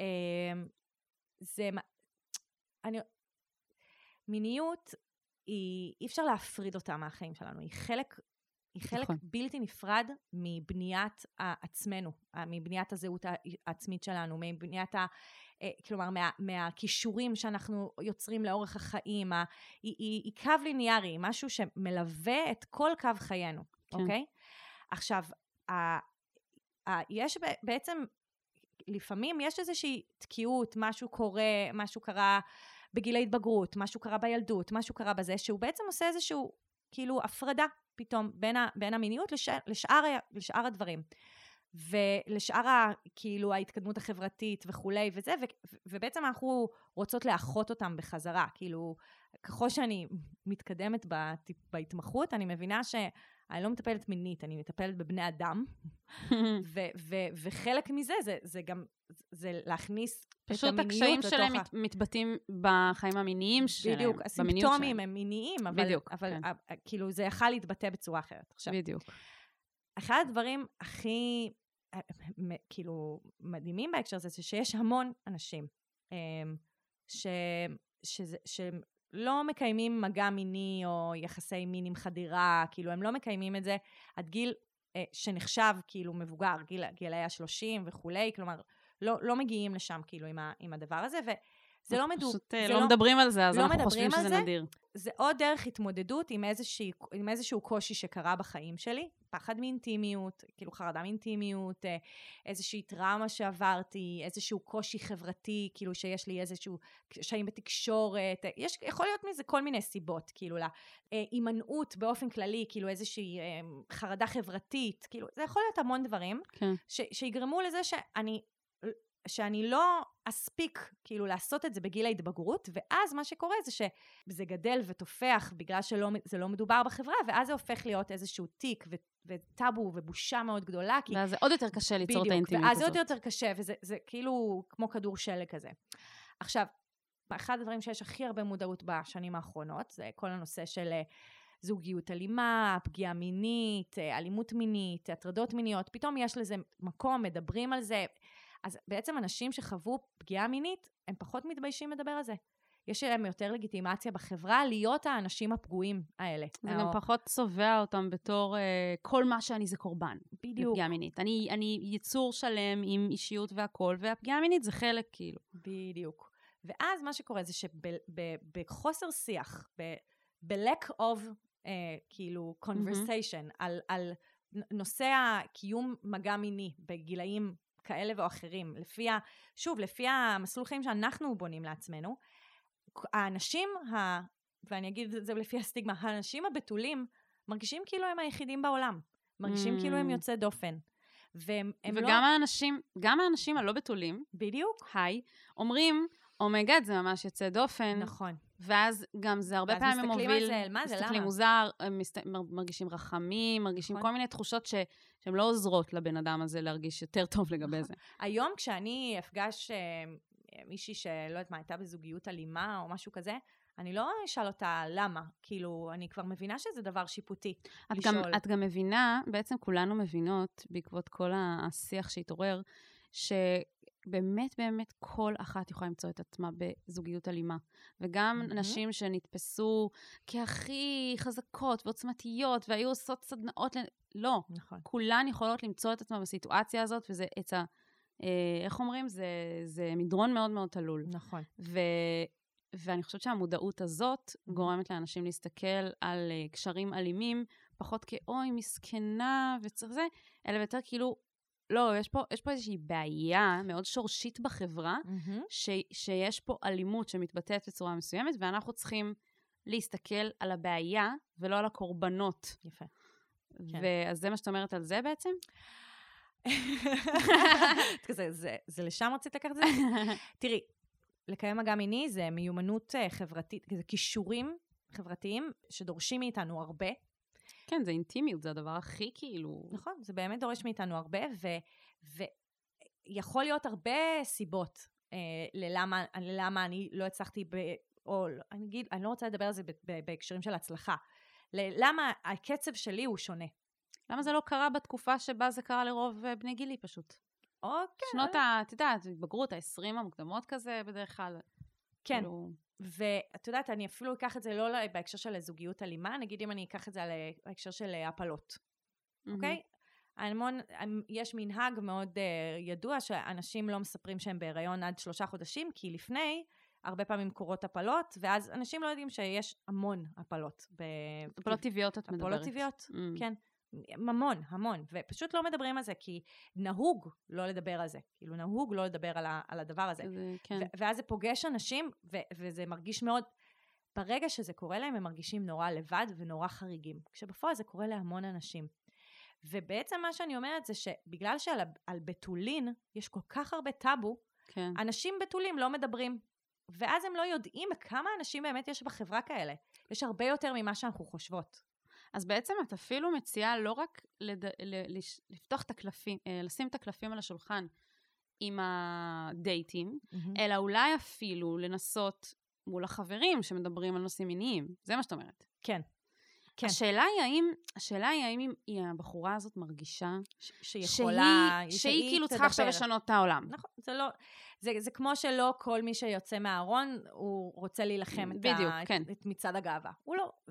זה... אני... מיניות, היא... אי אפשר להפריד אותה מהחיים שלנו. היא חלק... היא חלק נכון. בלתי נפרד מבניית עצמנו, מבניית הזהות העצמית שלנו, מבניית, ה, כלומר, מה, מהכישורים שאנחנו יוצרים לאורך החיים, ה, היא, היא, היא קו ליניארי, משהו שמלווה את כל קו חיינו, כן. אוקיי? עכשיו, ה, ה, יש בעצם, לפעמים יש איזושהי תקיעות, משהו קורה, משהו קרה בגיל ההתבגרות, משהו קרה בילדות, משהו קרה בזה, שהוא בעצם עושה איזשהו, כאילו, הפרדה. פתאום בין, ה, בין המיניות לש, לשאר, לשאר הדברים. ולשאר ה, כאילו ההתקדמות החברתית וכולי וזה, ו, ובעצם אנחנו רוצות לאחות אותם בחזרה. כאילו, ככל שאני מתקדמת בהת, בהתמחות, אני מבינה שאני לא מטפלת מינית, אני מטפלת בבני אדם. ו, ו, וחלק מזה זה, זה גם, זה להכניס את המיניות. פשוט הקשיים שלהם ה... מתבטאים בחיים המיניים שלהם. בדיוק, הסימפטומים הם מיניים, אבל, בדיוק, אבל כן. כאילו זה יכול להתבטא בצורה אחרת. עכשיו, בדיוק. אחד הדברים הכי, כאילו, מדהימים בהקשר הזה, זה שיש המון אנשים ש, שזה, שלא מקיימים מגע מיני או יחסי מין עם חדירה, כאילו הם לא מקיימים את זה עד גיל שנחשב כאילו מבוגר, גיל, גילי השלושים וכולי, כלומר, לא, לא מגיעים לשם כאילו עם, ה, עם הדבר הזה, וזה לא מדובר. פשוט לא, לא מדברים על זה, אז לא אנחנו חושבים שזה זה, נדיר. זה עוד דרך התמודדות עם, איזושהי, עם איזשהו קושי שקרה בחיים שלי, פחד מאינטימיות, כאילו חרדה מאינטימיות, איזושהי טראומה שעברתי, איזשהו קושי חברתי, כאילו שיש לי איזשהו קשיים בתקשורת, יש, יכול להיות מזה כל מיני סיבות, כאילו להימנעות באופן כללי, כאילו איזושהי חרדה חברתית, כאילו זה יכול להיות המון דברים, כן. ש, שיגרמו לזה שאני... שאני לא אספיק כאילו לעשות את זה בגיל ההתבגרות, ואז מה שקורה זה שזה גדל ותופח בגלל שזה לא מדובר בחברה, ואז זה הופך להיות איזשהו תיק ו- וטאבו ובושה מאוד גדולה. כי... ואז זה עוד יותר קשה ליצור בדיוק, את האינטימיות הזאת. ואז זה עוד יותר קשה, וזה זה כאילו כמו כדור שלג כזה. עכשיו, אחד הדברים שיש הכי הרבה מודעות בשנים האחרונות, זה כל הנושא של זוגיות אלימה, פגיעה מינית, אלימות מינית, הטרדות מיניות, פתאום יש לזה מקום, מדברים על זה, אז בעצם אנשים שחוו פגיעה מינית, הם פחות מתביישים לדבר על זה. יש להם יותר לגיטימציה בחברה להיות האנשים הפגועים האלה. זה גם פחות צובע אותם בתור כל מה שאני זה קורבן. בדיוק. לפגיעה מינית. אני, אני יצור שלם עם אישיות והכל, והפגיעה מינית זה חלק כאילו. בדיוק. ואז מה שקורה זה שבחוסר שיח, ב-lack of כאילו conversation, על נושא הקיום מגע מיני בגילאים כאלה ואחרים, לפי, שוב, לפי המסלול חיים שאנחנו בונים לעצמנו, האנשים, ה, ואני אגיד את זה לפי הסטיגמה, האנשים הבתולים מרגישים כאילו הם היחידים בעולם, מרגישים mm. כאילו הם יוצא דופן. והם, הם וגם לא... האנשים, גם האנשים הלא בתולים, בדיוק, היי, אומרים, אומייגד, זה ממש יוצא דופן. נכון. ואז גם זה הרבה פעמים מוביל, מסתכלים על זה, מה זה, למה? מסתכלים מוזר, מסת... מרגישים רחמים, מרגישים נכון. כל מיני תחושות ש... שהן לא עוזרות לבן אדם הזה להרגיש יותר טוב לגבי נכון. זה. היום כשאני אפגש אה, מישהי שלא יודעת מה, הייתה בזוגיות אלימה או משהו כזה, אני לא אשאל אותה למה, כאילו, אני כבר מבינה שזה דבר שיפוטי. את גם, את גם מבינה, בעצם כולנו מבינות, בעקבות כל השיח שהתעורר, שבאמת באמת כל אחת יכולה למצוא את עצמה בזוגיות אלימה. וגם mm-hmm. נשים שנתפסו כהכי חזקות ועוצמתיות, והיו עושות סדנאות, לא. נכון. כולן יכולות למצוא את עצמה בסיטואציה הזאת, וזה את ה... איך אומרים? זה, זה מדרון מאוד מאוד תלול. נכון. ו... ואני חושבת שהמודעות הזאת גורמת לאנשים להסתכל על uh, קשרים אלימים, פחות כאוי, מסכנה וצריך זה, אלא יותר כאילו, לא, יש פה, יש פה איזושהי בעיה מאוד שורשית בחברה, mm-hmm. ש, שיש פה אלימות שמתבטאת בצורה מסוימת, ואנחנו צריכים להסתכל על הבעיה ולא על הקורבנות. יפה. ואז זה מה שאת אומרת על זה בעצם? זה, זה, זה לשם רצית לקחת את זה? תראי, לקיים מגע מיני זה מיומנות חברתית, זה כישורים חברתיים שדורשים מאיתנו הרבה. כן, זה אינטימיות, זה הדבר הכי כאילו... נכון, זה באמת דורש מאיתנו הרבה, ויכול להיות הרבה סיבות אה, ללמה, ללמה אני לא הצלחתי, ב, או אני אגיד, אני לא רוצה לדבר על זה בהקשרים של הצלחה, למה הקצב שלי הוא שונה. למה זה לא קרה בתקופה שבה זה קרה לרוב בני גילי פשוט? אוקיי. שנות ה... את יודעת, התבגרות, ה-עשרים המוקדמות כזה בדרך כלל. כן. כאילו... ואת יודעת, אני אפילו אקח את זה לא בהקשר של זוגיות אלימה, נגיד אם אני אקח את זה על בהקשר של הפלות. Mm-hmm. אוקיי? המון, יש מנהג מאוד uh, ידוע שאנשים לא מספרים שהם בהיריון עד שלושה חודשים, כי לפני הרבה פעמים קורות הפלות, ואז אנשים לא יודעים שיש המון הפלות. ב... הפלות טבעיות את מדברת. הפלות טבעיות, mm. כן. המון, המון, ופשוט לא מדברים על זה, כי נהוג לא לדבר על זה, כאילו נהוג לא לדבר על, ה, על הדבר הזה, זה, כן. ו- ואז זה פוגש אנשים, ו- וזה מרגיש מאוד, ברגע שזה קורה להם, הם מרגישים נורא לבד ונורא חריגים, כשבפועל זה קורה להמון אנשים, ובעצם מה שאני אומרת זה שבגלל שעל על בתולין יש כל כך הרבה טאבו, כן. אנשים בתולים לא מדברים, ואז הם לא יודעים כמה אנשים באמת יש בחברה כאלה, יש הרבה יותר ממה שאנחנו חושבות. אז בעצם את אפילו מציעה לא רק לד... ל... לפתוח את הקלפים, לשים את הקלפים על השולחן עם הדייטים, mm-hmm. אלא אולי אפילו לנסות מול החברים שמדברים על נושאים מיניים. זה מה שאת אומרת. כן. כן. השאלה היא האם, השאלה היא האם היא הבחורה הזאת מרגישה ש... שיכולה, שהיא, שהיא כאילו צריכה עכשיו לשנות את העולם. נכון, זה לא, זה, זה כמו שלא כל מי שיוצא מהארון, הוא רוצה להילחם את, בדיוק, ה, כן. את, את מצד הגאווה. הוא לא,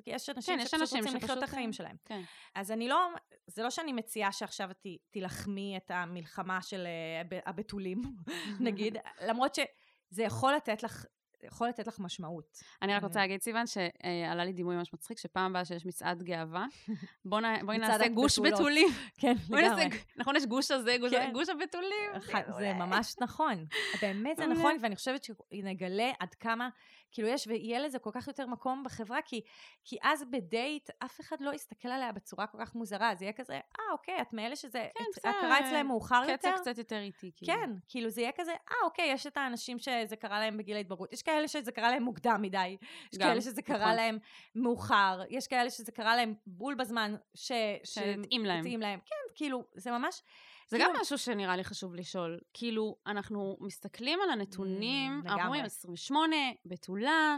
יש אנשים כן, שפשוט יש רוצים שפשוט לחיות את החיים שלהם. כן. אז אני לא, זה לא שאני מציעה שעכשיו תלחמי את המלחמה של הבתולים, נגיד, למרות שזה יכול לתת לך, יכול לתת לך משמעות. אני רק רוצה להגיד, סיוון, שעלה לי דימוי ממש מצחיק, שפעם הבאה שיש מצעד גאווה, בואי נעשה גוש בתולים. כן, לגמרי. נכון, יש גוש הזה, גוש הבתולים. זה ממש נכון. באמת זה נכון, ואני חושבת שנגלה עד כמה, כאילו יש, ויהיה לזה כל כך יותר מקום בחברה, כי אז בדייט אף אחד לא יסתכל עליה בצורה כל כך מוזרה, זה יהיה כזה, אה, אוקיי, את מאלה שזה קרה אצלהם מאוחר יותר. קצת קצת יותר איטי. כן, כאילו זה יהיה כזה, אה, אוקיי, יש את האנשים שזה קרה להם בגיל ההתבגרות, יש כאלה שזה קרה להם מוקדם מדי, יש כאלה שזה קרה להם מאוחר, יש כאלה שזה קרה להם בול בזמן שהתאים להם. כן, כאילו, זה ממש... זה גם משהו שנראה לי חשוב לשאול. כאילו, אנחנו מסתכלים על הנתונים, אנחנו רואים עשרים ושמונה, בתולה,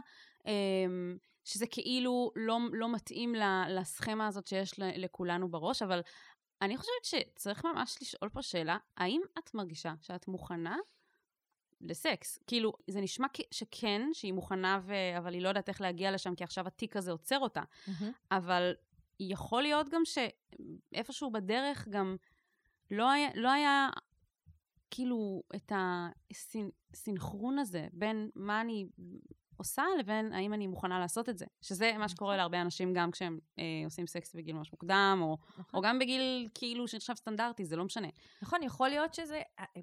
שזה כאילו לא מתאים לסכמה הזאת שיש לכולנו בראש, אבל אני חושבת שצריך ממש לשאול פה שאלה, האם את מרגישה שאת מוכנה לסקס? כאילו, זה נשמע שכן, שהיא מוכנה, אבל היא לא יודעת איך להגיע לשם, כי עכשיו התיק הזה עוצר אותה. אבל יכול להיות גם שאיפשהו בדרך גם לא היה, לא היה כאילו את הסינכרון הזה בין מה אני עושה לבין האם אני מוכנה לעשות את זה. שזה מה שקורה להרבה אנשים גם כשהם אה, עושים סקס בגיל ממש מוקדם, או, נכון. או גם בגיל כאילו שנחשב סטנדרטי, זה לא משנה. נכון, יכול להיות שזה,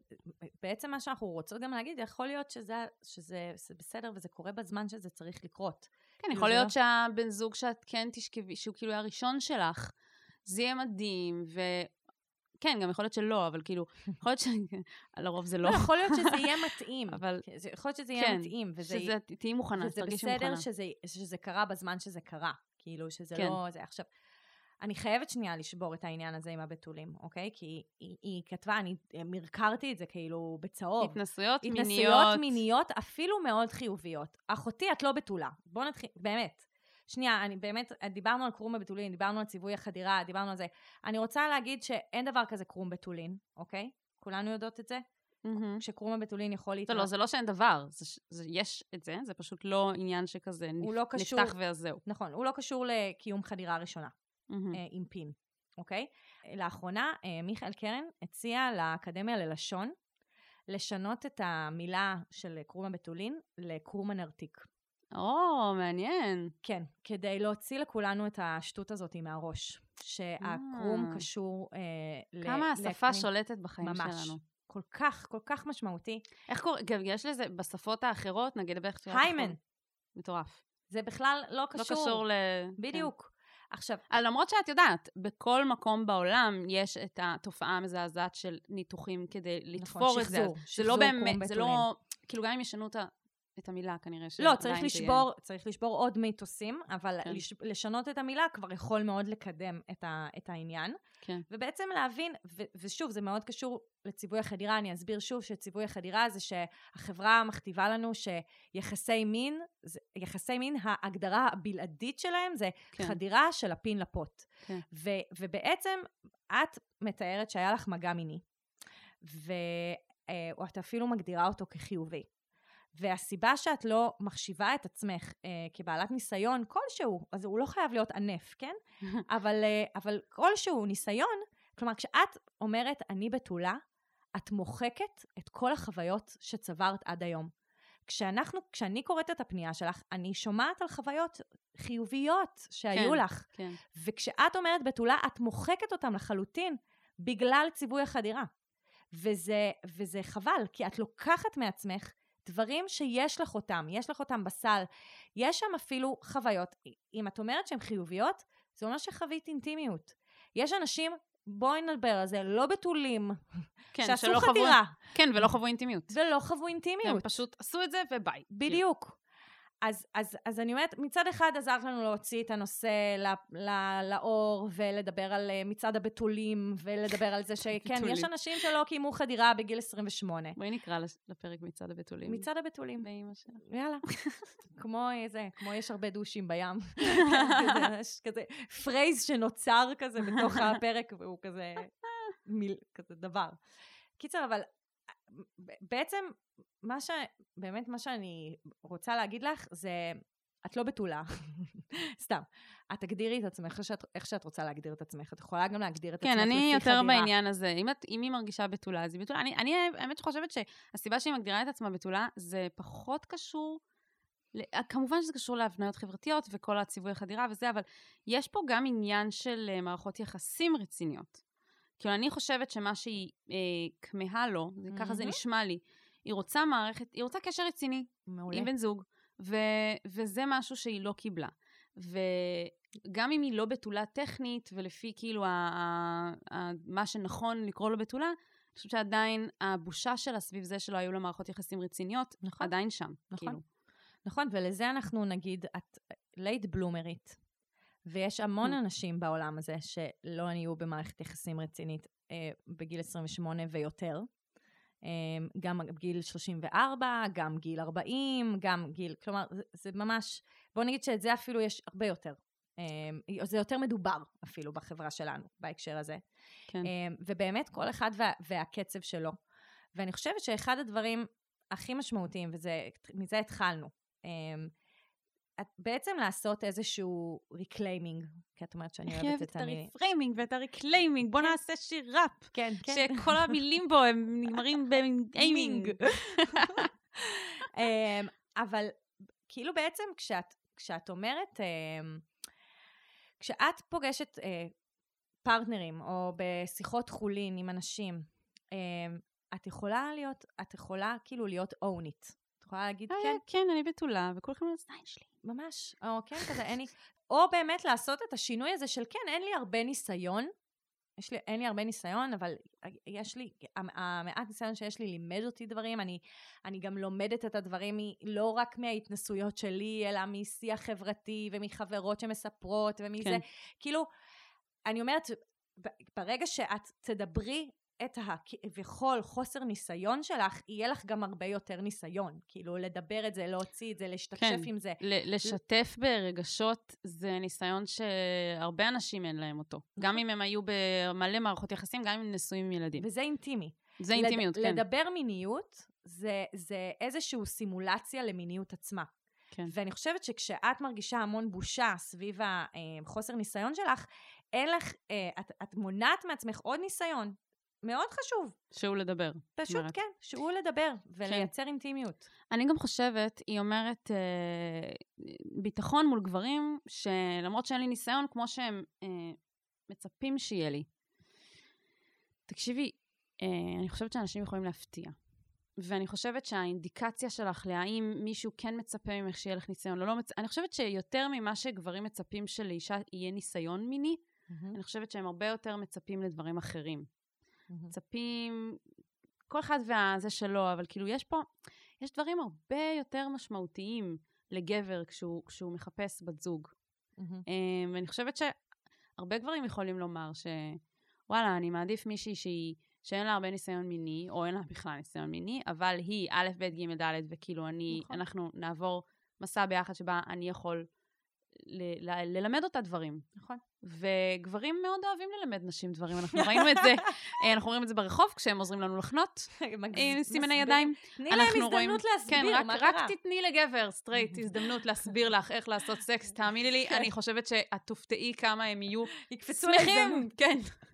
בעצם מה שאנחנו רוצות גם להגיד, יכול להיות שזה, שזה, שזה בסדר וזה קורה בזמן שזה צריך לקרות. כן, יכול להיות לא... שהבן זוג שאת כן תשכבי, שהוא כאילו הראשון שלך, זה יהיה מדהים, ו... כן, גם יכול להיות שלא, אבל כאילו, יכול להיות שלרוב זה לא. יכול להיות שזה יהיה מתאים. יכול להיות שזה יהיה מתאים. שזה תהי מוכנה, וזה בסדר שזה קרה בזמן שזה קרה. כאילו, שזה לא... עכשיו, אני חייבת שנייה לשבור את העניין הזה עם הבתולים, אוקיי? כי היא כתבה, אני מרקרתי את זה כאילו בצהוב. התנסויות מיניות. התנסויות מיניות, אפילו מאוד חיוביות. אחותי, את לא בתולה. בוא נתחיל, באמת. שנייה, אני באמת, דיברנו על קרום בבתולין, דיברנו על ציווי החדירה, דיברנו על זה. אני רוצה להגיד שאין דבר כזה קרום בתולין, אוקיי? כולנו יודעות את זה? שקרום בבתולין יכול להתמר... לא, זה לא שאין דבר, יש את זה, זה פשוט לא עניין שכזה נפתח וזהו. נכון, הוא לא קשור לקיום חדירה ראשונה, עם פין, אוקיי? לאחרונה, מיכאל קרן הציע לאקדמיה ללשון, לשנות את המילה של קרום הבתולין לקרום הנרתיק. או, מעניין. כן, כדי להוציא לכולנו את השטות הזאת מהראש, שהקרום קשור ל... כמה השפה שולטת בחיים שלנו. ממש, כל כך, כל כך משמעותי. איך קורא, יש לזה בשפות האחרות, נגיד בערך... היימן. מטורף. זה בכלל לא קשור. לא קשור ל... בדיוק. עכשיו... למרות שאת יודעת, בכל מקום בעולם יש את התופעה המזעזעת של ניתוחים כדי לתפור את זה. זה לא באמת, זה לא... כאילו גם אם ישנו את ה... את המילה כנראה ש... לא, צריך לשבור, צריך לשבור עוד מיתוסים, אבל כן. לש, לשנות את המילה כבר יכול מאוד לקדם את, ה, את העניין. כן. ובעצם להבין, ו, ושוב, זה מאוד קשור לציווי החדירה, אני אסביר שוב שציווי החדירה זה שהחברה מכתיבה לנו שיחסי מין, זה, יחסי מין, ההגדרה הבלעדית שלהם זה כן. חדירה של הפין לפוט. כן. ו, ובעצם את מתארת שהיה לך מגע מיני, ואת אפילו מגדירה אותו כחיובי. והסיבה שאת לא מחשיבה את עצמך אה, כבעלת ניסיון כלשהו, אז הוא לא חייב להיות ענף, כן? אבל, אה, אבל כלשהו ניסיון, כלומר, כשאת אומרת אני בתולה, את מוחקת את כל החוויות שצברת עד היום. כשאנחנו, כשאני קוראת את הפנייה שלך, אני שומעת על חוויות חיוביות שהיו כן, לך. כן. וכשאת אומרת בתולה, את מוחקת אותם לחלוטין בגלל ציווי החדירה. וזה, וזה חבל, כי את לוקחת מעצמך דברים שיש לך אותם, יש לך אותם בסל, יש שם אפילו חוויות, אם את אומרת שהן חיוביות, זה אומר שחווית אינטימיות. יש אנשים, בואי נדבר על זה, לא בתולים, כן, שעשו חדירה. חוו, כן, ולא חוו אינטימיות. ולא חוו אינטימיות. הם פשוט עשו את זה וביי. בדיוק. אז, אז, אז אני אומרת, מצד אחד עזרת לנו להוציא את הנושא לא, לא, לאור, ולדבר על מצד הבתולים, ולדבר על זה שכן, יש אנשים שלא קיימו חדירה בגיל עשרים ושמונה. בואי נקרא לפרק מצד הבתולים. מצד הבתולים. באמא שלה. יאללה. כמו איזה, כמו יש הרבה דושים בים. יש כזה פרייז שנוצר כזה בתוך הפרק, והוא כזה, מיל, כזה דבר. קיצר, אבל בעצם, מה ש... באמת מה שאני רוצה להגיד לך, זה, את לא בתולה. סתם. את תגדירי את עצמך איך שאת רוצה להגדיר את עצמך. את יכולה גם להגדיר את כן, עצמך לפי חדירה. כן, אני יותר בעניין הזה. אם, את, אם היא מרגישה בתולה, אז היא בתולה. אני, אני האמת שחושבת שהסיבה שהיא מגדירה את עצמה בתולה, זה פחות קשור, כמובן שזה קשור להבניות חברתיות וכל הציווי החדירה וזה, אבל יש פה גם עניין של מערכות יחסים רציניות. כאילו, אני חושבת שמה שהיא אה, כמהה לו, mm-hmm. ככה זה נשמע לי, היא רוצה מערכת, היא רוצה קשר רציני, מעולה. עם בן זוג, ו, וזה משהו שהיא לא קיבלה. וגם אם היא לא בתולה טכנית, ולפי כאילו ה, ה, ה, מה שנכון לקרוא לו בתולה, אני חושבת שעדיין הבושה שלה סביב זה שלא היו לה מערכות יחסים רציניות, נכון. עדיין שם. נכון. כאילו. נכון, ולזה אנחנו נגיד, את לייט בלומרית, ויש המון אנשים בעולם הזה שלא היו במערכת יחסים רצינית אה, בגיל עשרים ושמונה ויותר, אה, גם גיל שלושים וארבע, גם גיל ארבעים, גם גיל, כלומר, זה, זה ממש, בוא נגיד שאת זה אפילו יש הרבה יותר. אה, זה יותר מדובר אפילו בחברה שלנו, בהקשר הזה. כן. אה, ובאמת כל אחד וה, והקצב שלו. ואני חושבת שאחד הדברים הכי משמעותיים, ומזה התחלנו, את בעצם לעשות איזשהו ריקליימינג, כי את אומרת שאני אוהבת את המילים. אני אוהבת את הרפריימינג ואת הריקליימינג, בוא נעשה שיר ראפ. כן, כן. שכל המילים בו הם נגמרים באיימינג. אבל כאילו בעצם כשאת אומרת, כשאת פוגשת פרטנרים או בשיחות חולין עם אנשים, את יכולה להיות, את יכולה כאילו להיות own it. את יכולה להגיד, כן. כן, אני בתולה, וכולכם על הזין שלי. ממש, או כן, כזה, אין לי, או באמת לעשות את השינוי הזה של, כן, אין לי הרבה ניסיון, יש לי, אין לי הרבה ניסיון, אבל יש לי, המעט ניסיון שיש לי לימד אותי דברים, אני, אני גם לומדת את הדברים, לא רק מההתנסויות שלי, אלא משיח חברתי, ומחברות שמספרות, ומזה, כן. כאילו, אני אומרת, ברגע שאת תדברי, את וכל חוסר ניסיון שלך, יהיה לך גם הרבה יותר ניסיון. כאילו, לדבר את זה, להוציא את זה, להשתתף כן, עם זה. לשתף ברגשות, זה ניסיון שהרבה אנשים אין להם אותו. גם אם הם היו במלא מערכות יחסים, גם אם הם נשואים עם ילדים. וזה אינטימי. זה אינטימיות, לד, כן. לדבר מיניות, זה, זה איזושהי סימולציה למיניות עצמה. כן. ואני חושבת שכשאת מרגישה המון בושה סביב החוסר ניסיון שלך, אין לך, את, את מונעת מעצמך עוד ניסיון. מאוד חשוב. שהוא לדבר. פשוט אומרת. כן, שהוא לדבר, ולייצר כן. אינטימיות. אני גם חושבת, היא אומרת, אה, ביטחון מול גברים, שלמרות שאין לי ניסיון, כמו שהם אה, מצפים שיהיה לי. תקשיבי, אה, אני חושבת שאנשים יכולים להפתיע. ואני חושבת שהאינדיקציה שלך להאם מישהו כן מצפה ממך שיהיה לך ניסיון, לא, לא מצ... אני חושבת שיותר ממה שגברים מצפים שלאישה יהיה ניסיון מיני, mm-hmm. אני חושבת שהם הרבה יותר מצפים לדברים אחרים. מצפים, כל אחד והזה שלו, אבל כאילו יש פה, יש דברים הרבה יותר משמעותיים לגבר כשהוא, כשהוא מחפש בת זוג. ואני חושבת שהרבה גברים יכולים לומר שוואלה, אני מעדיף מישהי שהיא, שאין לה הרבה ניסיון מיני, או אין לה בכלל ניסיון מיני, אבל היא א', ב', ג', ד', וכאילו אני, אנחנו נעבור מסע ביחד שבה אני יכול ל- ל- ללמד אותה דברים. נכון. וגברים מאוד אוהבים ללמד נשים דברים. אנחנו ראינו את זה, אנחנו רואים את זה ברחוב, כשהם עוזרים לנו לחנות, עם סימני ידיים. תני להם הזדמנות להסביר, מה קרה? רק תתני לגבר, סטרייט, הזדמנות להסביר לך איך לעשות סקס. תאמיני לי, אני חושבת שאת תופתעי כמה הם יהיו שמחים. כן.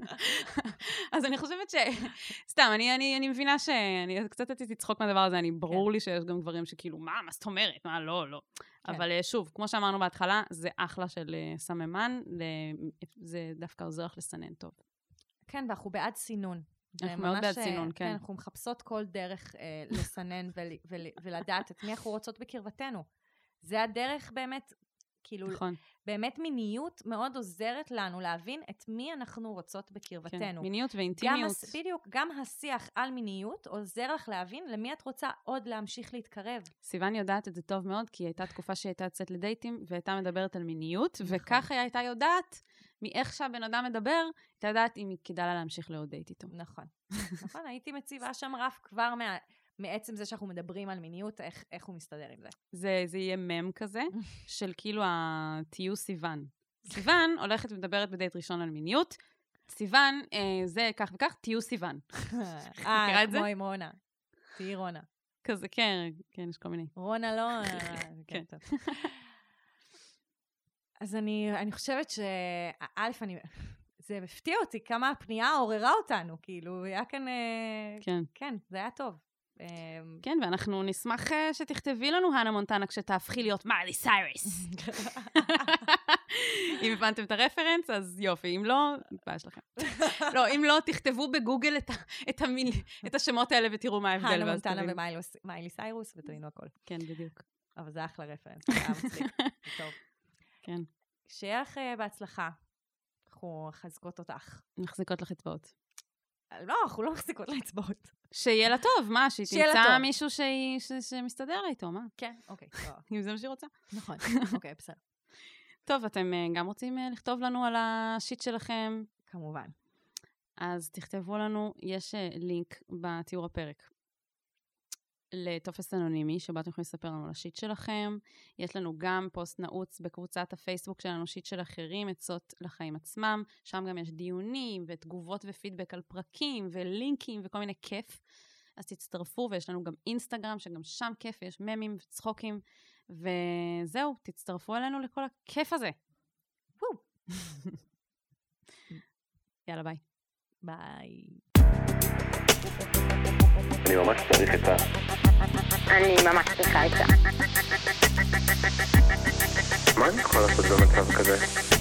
אז אני חושבת ש... סתם, אני מבינה שאני קצת עשיתי צחוק מהדבר הזה, אני ברור לי שיש גם גברים שכאילו, מה, מה זאת אומרת? מה, לא, לא. אבל שוב, כמו שאמרנו בהתחלה, זה אחלה של סממן, זה דווקא עוזר לך לסנן טוב. כן, ואנחנו בעד סינון. אנחנו מאוד בעד סינון, כן. אנחנו מחפשות כל דרך לסנן ולדעת את מי אנחנו רוצות בקרבתנו. זה הדרך באמת, כאילו, באמת מיניות מאוד עוזרת לנו להבין את מי אנחנו רוצות בקרבתנו. כן, מיניות ואינטימיות. בדיוק, גם השיח על מיניות עוזר לך להבין למי את רוצה עוד להמשיך להתקרב. סיוון יודעת את זה טוב מאוד, כי הייתה תקופה שהייתה יוצאת לדייטים, והייתה מדברת על מיניות, וכך היא הייתה יודעת, מאיך שהבן אדם מדבר, הייתה יודעת אם כדאי לה להמשיך לעוד דייט איתו. נכון. נכון, הייתי מציבה שם רף כבר מה... מעצם זה שאנחנו מדברים על מיניות, איך, איך הוא מסתדר עם זה. זה, זה יהיה מם כזה, של כאילו תהיו סיוון. סיוון הולכת ומדברת בדייט ראשון על מיניות, סיוון, אה, זה כך וכך, תהיו סיוון. אה, כמו עם רונה. תהי רונה. כזה, כן, כן, יש כל מיני. רונה לא... כן, טוב. אז אני, אני חושבת ש... א', אני... זה מפתיע אותי כמה הפנייה עוררה אותנו, כאילו, היה כאן... כן. כן, זה היה טוב. כן, ואנחנו נשמח שתכתבי לנו, הנה מונטנה, כשתהפכי להיות מיילי סיירס. אם הבנתם את הרפרנס, אז יופי, אם לא, בעיה שלכם. לא, אם לא, תכתבו בגוגל את, את, המיל, את השמות האלה ותראו מה ההבדל. הנה מונטנה ומיילי סיירוס, ותראינו הכל. כן, בדיוק. אבל זה אחלה רפרנס, זה היה מצחיק. טוב. כן. שיהיה לך בהצלחה. אנחנו מחזקות אותך. מחזיקות לך אצבעות. לא, אנחנו לא מחזיקות לה אצבעות. שיהיה לה טוב, מה? שהיא תמצא מישהו שמסתדר איתו, מה? כן, אוקיי. אם זה מה שהיא רוצה. נכון, אוקיי, בסדר. טוב, אתם גם רוצים לכתוב לנו על השיט שלכם? כמובן. אז תכתבו לנו, יש לינק בתיאור הפרק. לטופס אנונימי, שבו אתם יכולים לספר לנו על השיט שלכם. יש לנו גם פוסט נעוץ בקבוצת הפייסבוק שלנו, שיט של אחרים, עצות לחיים עצמם. שם גם יש דיונים ותגובות ופידבק על פרקים ולינקים וכל מיני כיף. אז תצטרפו, ויש לנו גם אינסטגרם, שגם שם כיף, יש ממים וצחוקים. וזהו, תצטרפו אלינו לכל הכיף הזה. יאללה, ביי. ביי. אני ממש צריך את ה... אני ממש צריכה את זה. מה אני יכול לעשות במצב כזה?